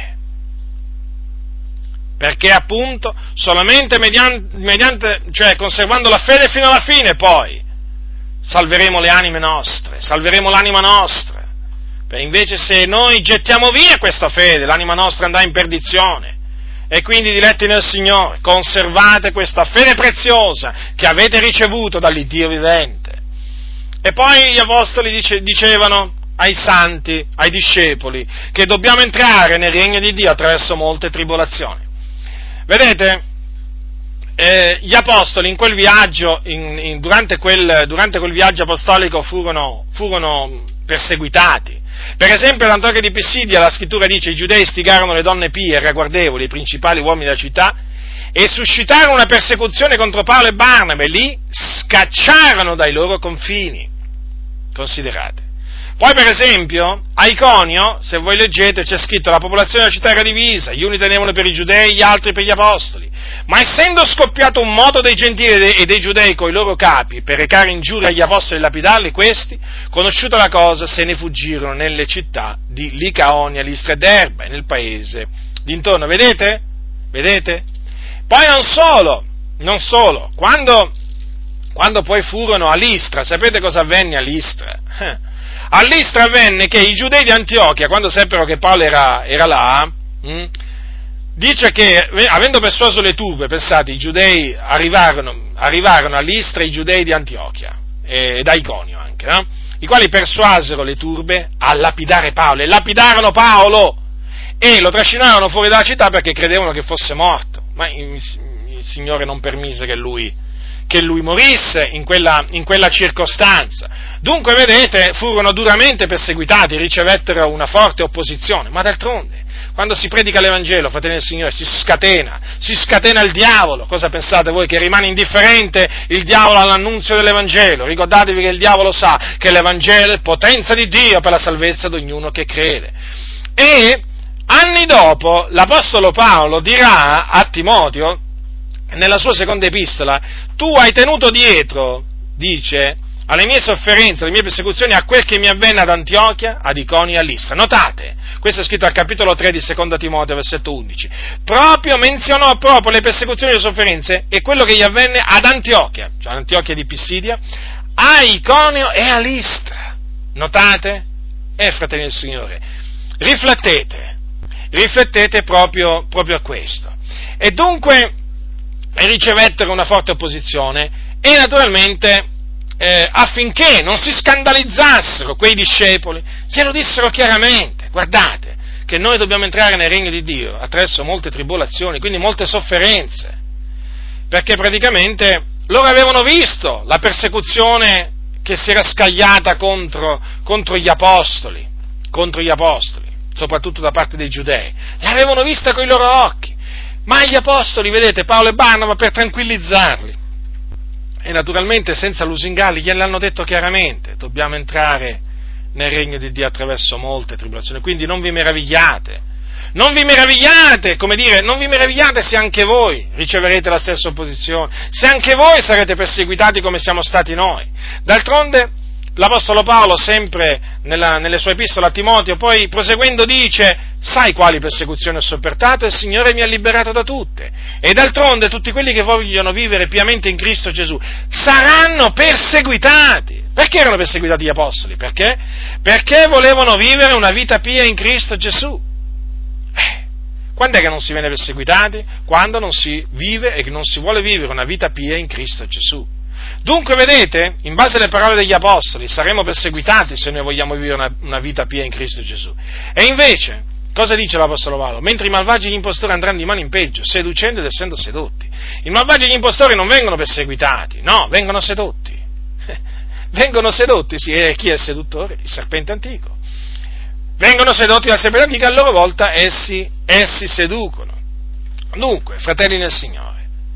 Perché appunto solamente mediante, mediante, cioè conservando la fede fino alla fine, poi salveremo le anime nostre, salveremo l'anima nostra. Beh, invece se noi gettiamo via questa fede, l'anima nostra andrà in perdizione. E quindi, diletti nel Signore, conservate questa fede preziosa che avete ricevuto dall'Iddio vivente. E poi gli apostoli dice, dicevano ai santi, ai discepoli, che dobbiamo entrare nel regno di Dio attraverso molte tribolazioni. Vedete, eh, gli apostoli in quel viaggio, in, in, durante, quel, durante quel viaggio apostolico furono, furono perseguitati. Per esempio ad Antiochia di Pisidia la scrittura dice: i giudei stigarono le donne pie e ragguardevoli, i principali uomini della città, e suscitarono una persecuzione contro Paolo e Barnaba, e li scacciarono dai loro confini. Considerate. Poi, per esempio, a Iconio, se voi leggete, c'è scritto: la popolazione della città era divisa, gli uni tenevano per i giudei, gli altri per gli apostoli. Ma essendo scoppiato un moto dei gentili e dei giudei coi loro capi per recare ingiuria agli apostoli e lapidarli, questi, conosciuta la cosa, se ne fuggirono nelle città di Licaonia, Listra e Derba, e nel paese d'intorno. Vedete? Vedete? Poi non solo, non solo, quando, quando poi furono a Listra, sapete cosa avvenne a Listra? A Listra avvenne che i giudei di Antiochia, quando seppero che Paolo era, era là, mh, dice che, avendo persuaso le turbe, pensate, i giudei arrivarono, arrivarono a Listra, i giudei di Antiochia, e da Iconio anche, no? I quali persuasero le turbe a lapidare Paolo, e lapidarono Paolo, e lo trascinarono fuori dalla città perché credevano che fosse morto. Ma il Signore non permise che lui, che lui morisse in quella, in quella circostanza. Dunque, vedete, furono duramente perseguitati, ricevettero una forte opposizione, ma d'altronde, quando si predica l'Evangelo, fratelli del Signore, si scatena, si scatena il diavolo. Cosa pensate voi, che rimane indifferente il diavolo all'annunzio dell'Evangelo? Ricordatevi che il diavolo sa che l'Evangelo è potenza di Dio per la salvezza di ognuno che crede. E anni dopo l'Apostolo Paolo dirà a Timoteo, nella sua seconda epistola: tu hai tenuto dietro, dice, alle mie sofferenze, alle mie persecuzioni, a quel che mi avvenne ad Antiochia, ad Iconio e a Listra. Notate, questo è scritto al capitolo tre di seconda Timoteo, versetto undici. Proprio menzionò proprio le persecuzioni e le sofferenze e quello che gli avvenne ad Antiochia, cioè Antiochia di Pisidia, a Iconio e a Listra. Notate? Eh, fratelli del Signore, riflettete, riflettete proprio, proprio a questo. E dunque ricevettero una forte opposizione e naturalmente eh, affinché non si scandalizzassero quei discepoli, glielo dissero chiaramente: guardate che noi dobbiamo entrare nel regno di Dio attraverso molte tribolazioni, quindi molte sofferenze, perché praticamente loro avevano visto la persecuzione che si era scagliata contro, contro gli apostoli, contro gli apostoli, soprattutto da parte dei giudei, l'avevano vista coi loro occhi. Ma gli apostoli, vedete, Paolo e Barnaba, per tranquillizzarli, e naturalmente senza lusingarli, gliel'hanno detto chiaramente: dobbiamo entrare nel regno di Dio attraverso molte tribolazioni, quindi non vi meravigliate, non vi meravigliate, come dire, non vi meravigliate se anche voi riceverete la stessa opposizione, se anche voi sarete perseguitati come siamo stati noi. D'altronde, l'Apostolo Paolo, sempre nella, nelle sue epistole a Timoteo, poi proseguendo dice: sai quali persecuzioni ho sopportato e il Signore mi ha liberato da tutte. E d'altronde tutti quelli che vogliono vivere piamente in Cristo Gesù saranno perseguitati. Perché erano perseguitati gli apostoli? Perché? Perché volevano vivere una vita pia in Cristo Gesù. Eh, quando è che non si viene perseguitati? Quando non si vive e che non si vuole vivere una vita pia in Cristo Gesù. Dunque, vedete, in base alle parole degli apostoli, saremo perseguitati se noi vogliamo vivere una, una vita pia in Cristo Gesù. E invece, cosa dice l'Apostolo Paolo? Mentre i malvagi e gli impostori andranno di mano in peggio, seducendo ed essendo sedotti. I malvagi e gli impostori non vengono perseguitati, no, vengono sedotti. Vengono sedotti, sì, e chi è il seduttore? Il serpente antico. Vengono sedotti dal serpente antico e a loro volta essi, essi seducono. Dunque, fratelli nel Signore,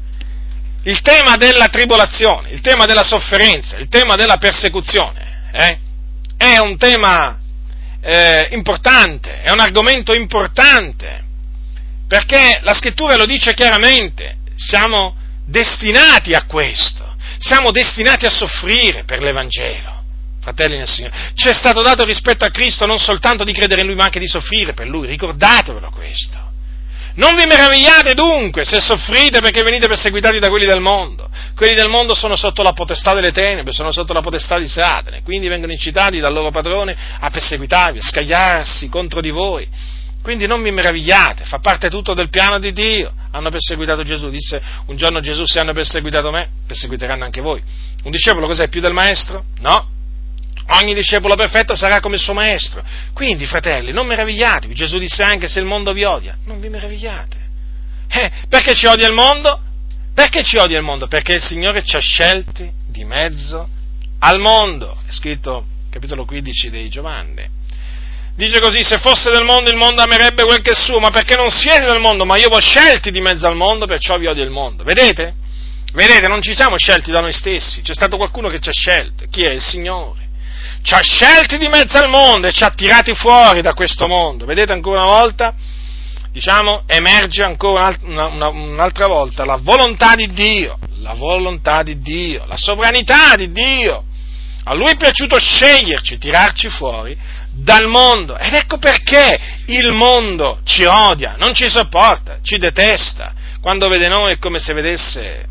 il tema della tribolazione, il tema della sofferenza, il tema della persecuzione eh, è un tema eh, importante, è un argomento importante, perché la Scrittura lo dice chiaramente: siamo destinati a questo, siamo destinati a soffrire per l'Evangelo, fratelli nel Signore. Ci è stato dato rispetto a Cristo non soltanto di credere in Lui, ma anche di soffrire per Lui, ricordatevelo questo. Non vi meravigliate dunque se soffrite perché venite perseguitati da quelli del mondo. Quelli del mondo sono sotto la potestà delle tenebre, sono sotto la potestà di Satana, quindi vengono incitati dal loro padrone a perseguitarvi, a scagliarsi contro di voi. Quindi non vi meravigliate, fa parte tutto del piano di Dio. Hanno perseguitato Gesù, disse un giorno Gesù: se hanno perseguitato me, perseguiteranno anche voi. Un discepolo cos'è, più del maestro? No. Ogni discepolo perfetto sarà come il suo maestro. Quindi, fratelli, non meravigliatevi. Gesù disse anche: se il mondo vi odia, non vi meravigliate. Eh, perché ci odia il mondo? Perché ci odia il mondo? Perché il Signore ci ha scelti di mezzo al mondo. È scritto capitolo quindici dei Giovanni. Dice così: se fosse del mondo, il mondo amerebbe quel che è suo, ma perché non siete del mondo, ma io vi ho scelti di mezzo al mondo, perciò vi odia il mondo. Vedete? Vedete, non ci siamo scelti da noi stessi, c'è stato qualcuno che ci ha scelto. Chi è? Il Signore. Ci ha scelti di mezzo al mondo e ci ha tirati fuori da questo mondo. Vedete, ancora una volta, diciamo, emerge ancora una, una, un'altra volta la volontà di Dio, la volontà di Dio, la sovranità di Dio. A Lui è piaciuto sceglierci, tirarci fuori dal mondo. Ed ecco perché il mondo ci odia, non ci sopporta, ci detesta. Quando vede noi è come se vedesse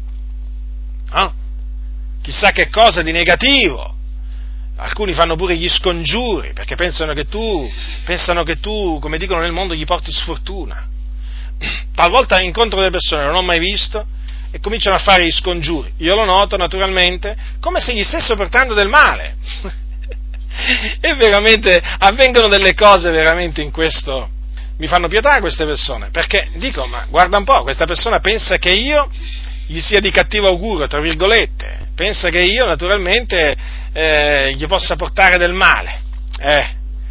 no? chissà che cosa di negativo. Alcuni fanno pure gli scongiuri, perché pensano che tu, pensano che tu, come dicono nel mondo, gli porti sfortuna. Talvolta incontro delle persone, non ho mai visto, e cominciano a fare gli scongiuri. Io lo noto naturalmente, come se gli stessero portando del male. E veramente avvengono delle cose veramente in questo, mi fanno pietà queste persone, perché dico, ma guarda un po', questa persona pensa che io gli sia di cattivo augurio, tra virgolette, pensa che io naturalmente eh, gli possa portare del male. Eh,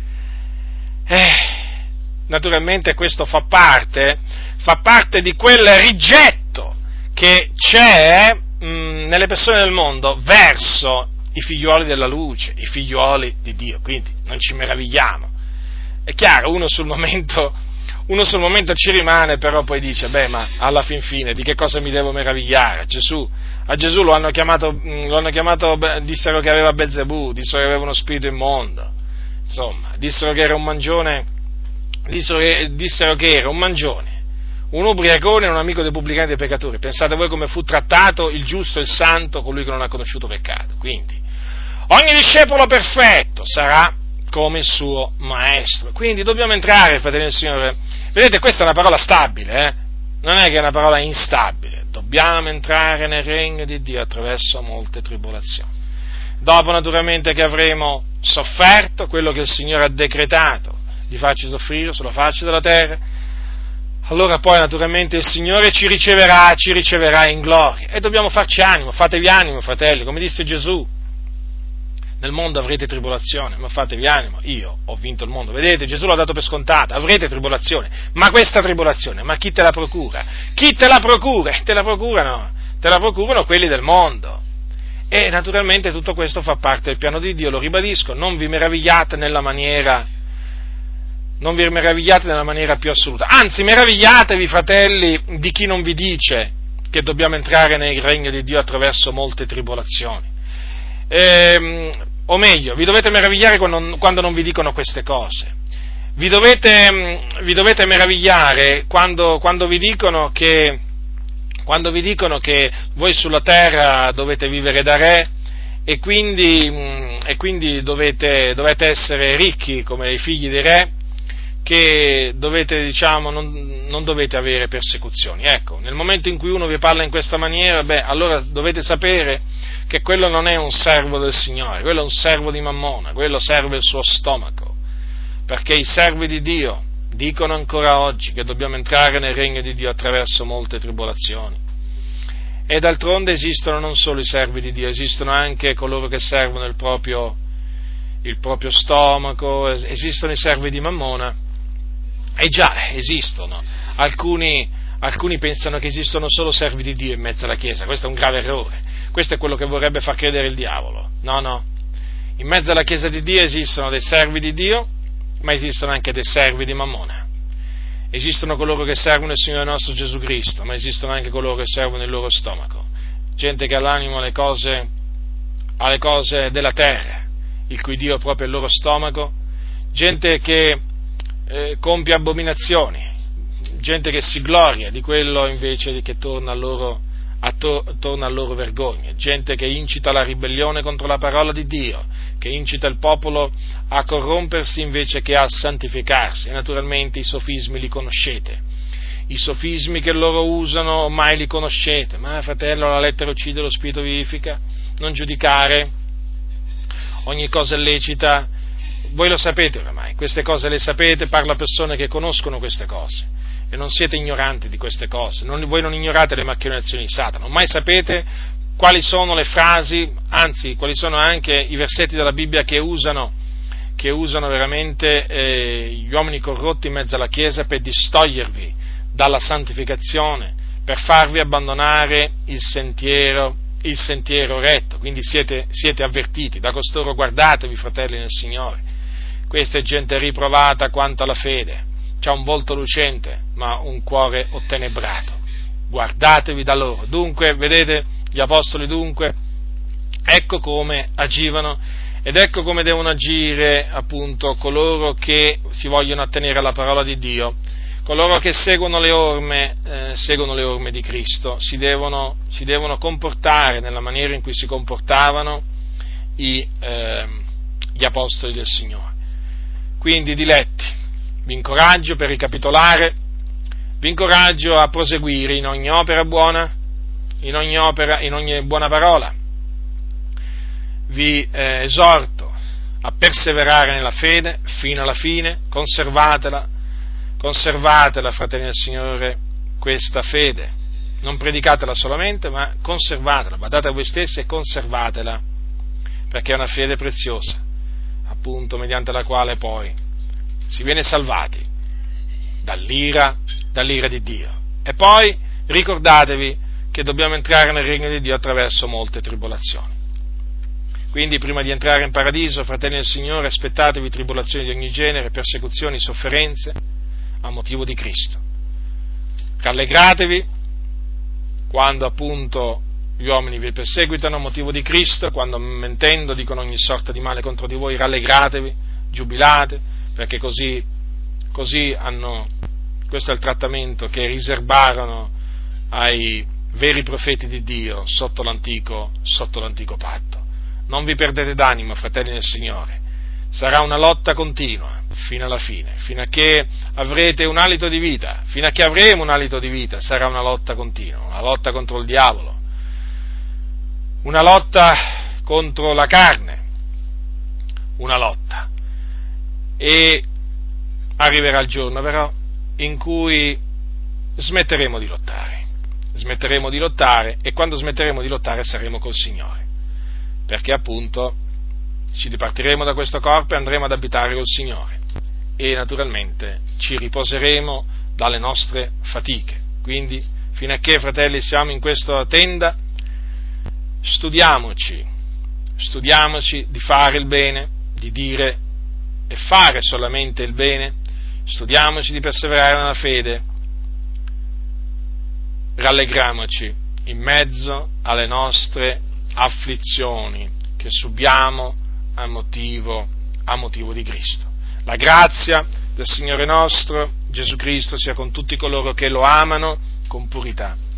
eh, naturalmente questo fa parte, fa parte di quel rigetto che c'è mh, nelle persone del mondo verso i figliuoli della luce, i figliuoli di Dio, quindi non ci meravigliamo. È chiaro, uno sul momento, uno sul momento ci rimane, però poi dice, beh, ma alla fin fine di che cosa mi devo meravigliare? Gesù, a Gesù lo hanno chiamato, lo hanno chiamato, dissero che aveva Belzebù, dissero che aveva uno spirito immondo, insomma, dissero che era un mangione, dissero che, dissero che era un mangione, un ubriacone e un amico dei pubblicani e dei peccatori. Pensate voi come fu trattato il giusto e il santo, colui che non ha conosciuto peccato. Quindi, ogni discepolo perfetto sarà come il suo maestro. Quindi dobbiamo entrare, fratelli del Signore. Vedete, questa è una parola stabile, eh? Non è che è una parola instabile. Dobbiamo entrare nel regno di Dio attraverso molte tribolazioni. Dopo, naturalmente, che avremo sofferto quello che il Signore ha decretato di farci soffrire sulla faccia della terra, allora poi naturalmente il Signore ci riceverà, ci riceverà in gloria. E dobbiamo farci animo, fatevi animo, fratelli, come disse Gesù. Nel mondo avrete tribolazione, ma fatevi animo, io ho vinto il mondo. Vedete, Gesù l'ha dato per scontato, avrete tribolazione, ma questa tribolazione, ma chi te la procura? Chi te la procura? Te la procurano, te la procurano quelli del mondo. E naturalmente tutto questo fa parte del piano di Dio, lo ribadisco, non vi meravigliate nella maniera, non vi meravigliate nella maniera più assoluta, anzi meravigliatevi, fratelli, di chi non vi dice che dobbiamo entrare nel regno di Dio attraverso molte tribolazioni. Eh, o meglio, vi dovete meravigliare quando, quando non vi dicono queste cose. Vi dovete, vi dovete meravigliare quando, quando vi dicono che quando vi dicono che voi sulla terra dovete vivere da re e quindi, e quindi dovete, dovete essere ricchi come i figli dei re, che dovete, diciamo, non, non dovete avere persecuzioni. Ecco, nel momento in cui uno vi parla in questa maniera, beh, allora dovete sapere che quello non è un servo del Signore, quello è un servo di Mammona, quello serve il suo stomaco, perché i servi di Dio dicono ancora oggi che dobbiamo entrare nel regno di Dio attraverso molte tribolazioni. E d'altronde esistono non solo i servi di Dio, esistono anche coloro che servono il proprio, il proprio stomaco, esistono i servi di Mammona. E già, esistono. Alcuni, alcuni pensano che esistono solo servi di Dio in mezzo alla Chiesa, questo è un grave errore. Questo è quello che vorrebbe far credere il diavolo. No, no. In mezzo alla Chiesa di Dio esistono dei servi di Dio, ma esistono anche dei servi di Mammona. Esistono coloro che servono il Signore nostro Gesù Cristo, ma esistono anche coloro che servono il loro stomaco. Gente che ha l'animo alle cose, alle cose della terra, il cui Dio è proprio il loro stomaco. Gente che eh, compie abominazioni, gente che si gloria di quello invece che torna a loro attorno a loro vergogna, gente che incita la ribellione contro la parola di Dio, che incita il popolo a corrompersi invece che a santificarsi. E naturalmente i sofismi li conoscete, i sofismi che loro usano ormai li conoscete. Ma fratello, la lettera uccide, lo spirito vivifica, non giudicare, ogni cosa è lecita, voi lo sapete oramai, queste cose le sapete, parlo a persone che conoscono queste cose. E non siete ignoranti di queste cose, non, voi non ignorate le macchinazioni di Satana, ormai sapete quali sono le frasi, anzi quali sono anche i versetti della Bibbia che usano, che usano veramente eh, gli uomini corrotti in mezzo alla Chiesa per distogliervi dalla santificazione, per farvi abbandonare il sentiero, il sentiero retto. Quindi siete, siete avvertiti, da costoro guardatevi, fratelli nel Signore, questa è gente riprovata quanto alla fede, c'ha un volto lucente, ma un cuore ottenebrato. Guardatevi da loro. Dunque, vedete, gli apostoli dunque, ecco come agivano ed ecco come devono agire appunto coloro che si vogliono attenere alla parola di Dio, coloro che seguono le orme, eh, seguono le orme di Cristo, si devono, si devono comportare nella maniera in cui si comportavano i, eh, gli apostoli del Signore. Quindi, diletti, vi incoraggio, per ricapitolare, vi incoraggio a proseguire in ogni opera buona, in ogni opera, in ogni buona parola. Vi eh, esorto a perseverare nella fede fino alla fine, conservatela, conservatela, fratelli del Signore, questa fede, non predicatela solamente, ma conservatela, badate a voi stessi e conservatela, perché è una fede preziosa, appunto, mediante la quale poi si viene salvati dall'ira, dall'ira di Dio. E poi ricordatevi che dobbiamo entrare nel regno di Dio attraverso molte tribolazioni. Quindi prima di entrare in paradiso, fratelli del Signore, aspettatevi tribolazioni di ogni genere, persecuzioni, sofferenze, a motivo di Cristo. Rallegratevi quando appunto gli uomini vi perseguitano a motivo di Cristo, quando mentendo dicono ogni sorta di male contro di voi, rallegratevi, giubilate, perché così, così hanno, questo è il trattamento che riservarono ai veri profeti di Dio sotto l'antico, sotto l'antico patto. Non vi perdete d'animo, fratelli del Signore, sarà una lotta continua fino alla fine, fino a che avrete un alito di vita, fino a che avremo un alito di vita, sarà una lotta continua, una lotta contro il diavolo, una lotta contro la carne, una lotta. E arriverà il giorno però in cui smetteremo di lottare, smetteremo di lottare e quando smetteremo di lottare saremo col Signore. Perché appunto ci dipartiremo da questo corpo e andremo ad abitare col Signore e naturalmente ci riposeremo dalle nostre fatiche. Quindi fino a che, fratelli, siamo in questa tenda, studiamoci, studiamoci di fare il bene, di dire e fare solamente il bene, studiamoci di perseverare nella fede, rallegriamoci in mezzo alle nostre afflizioni che subiamo a motivo, a motivo di Cristo. La grazia del Signore nostro Gesù Cristo sia con tutti coloro che lo amano con purità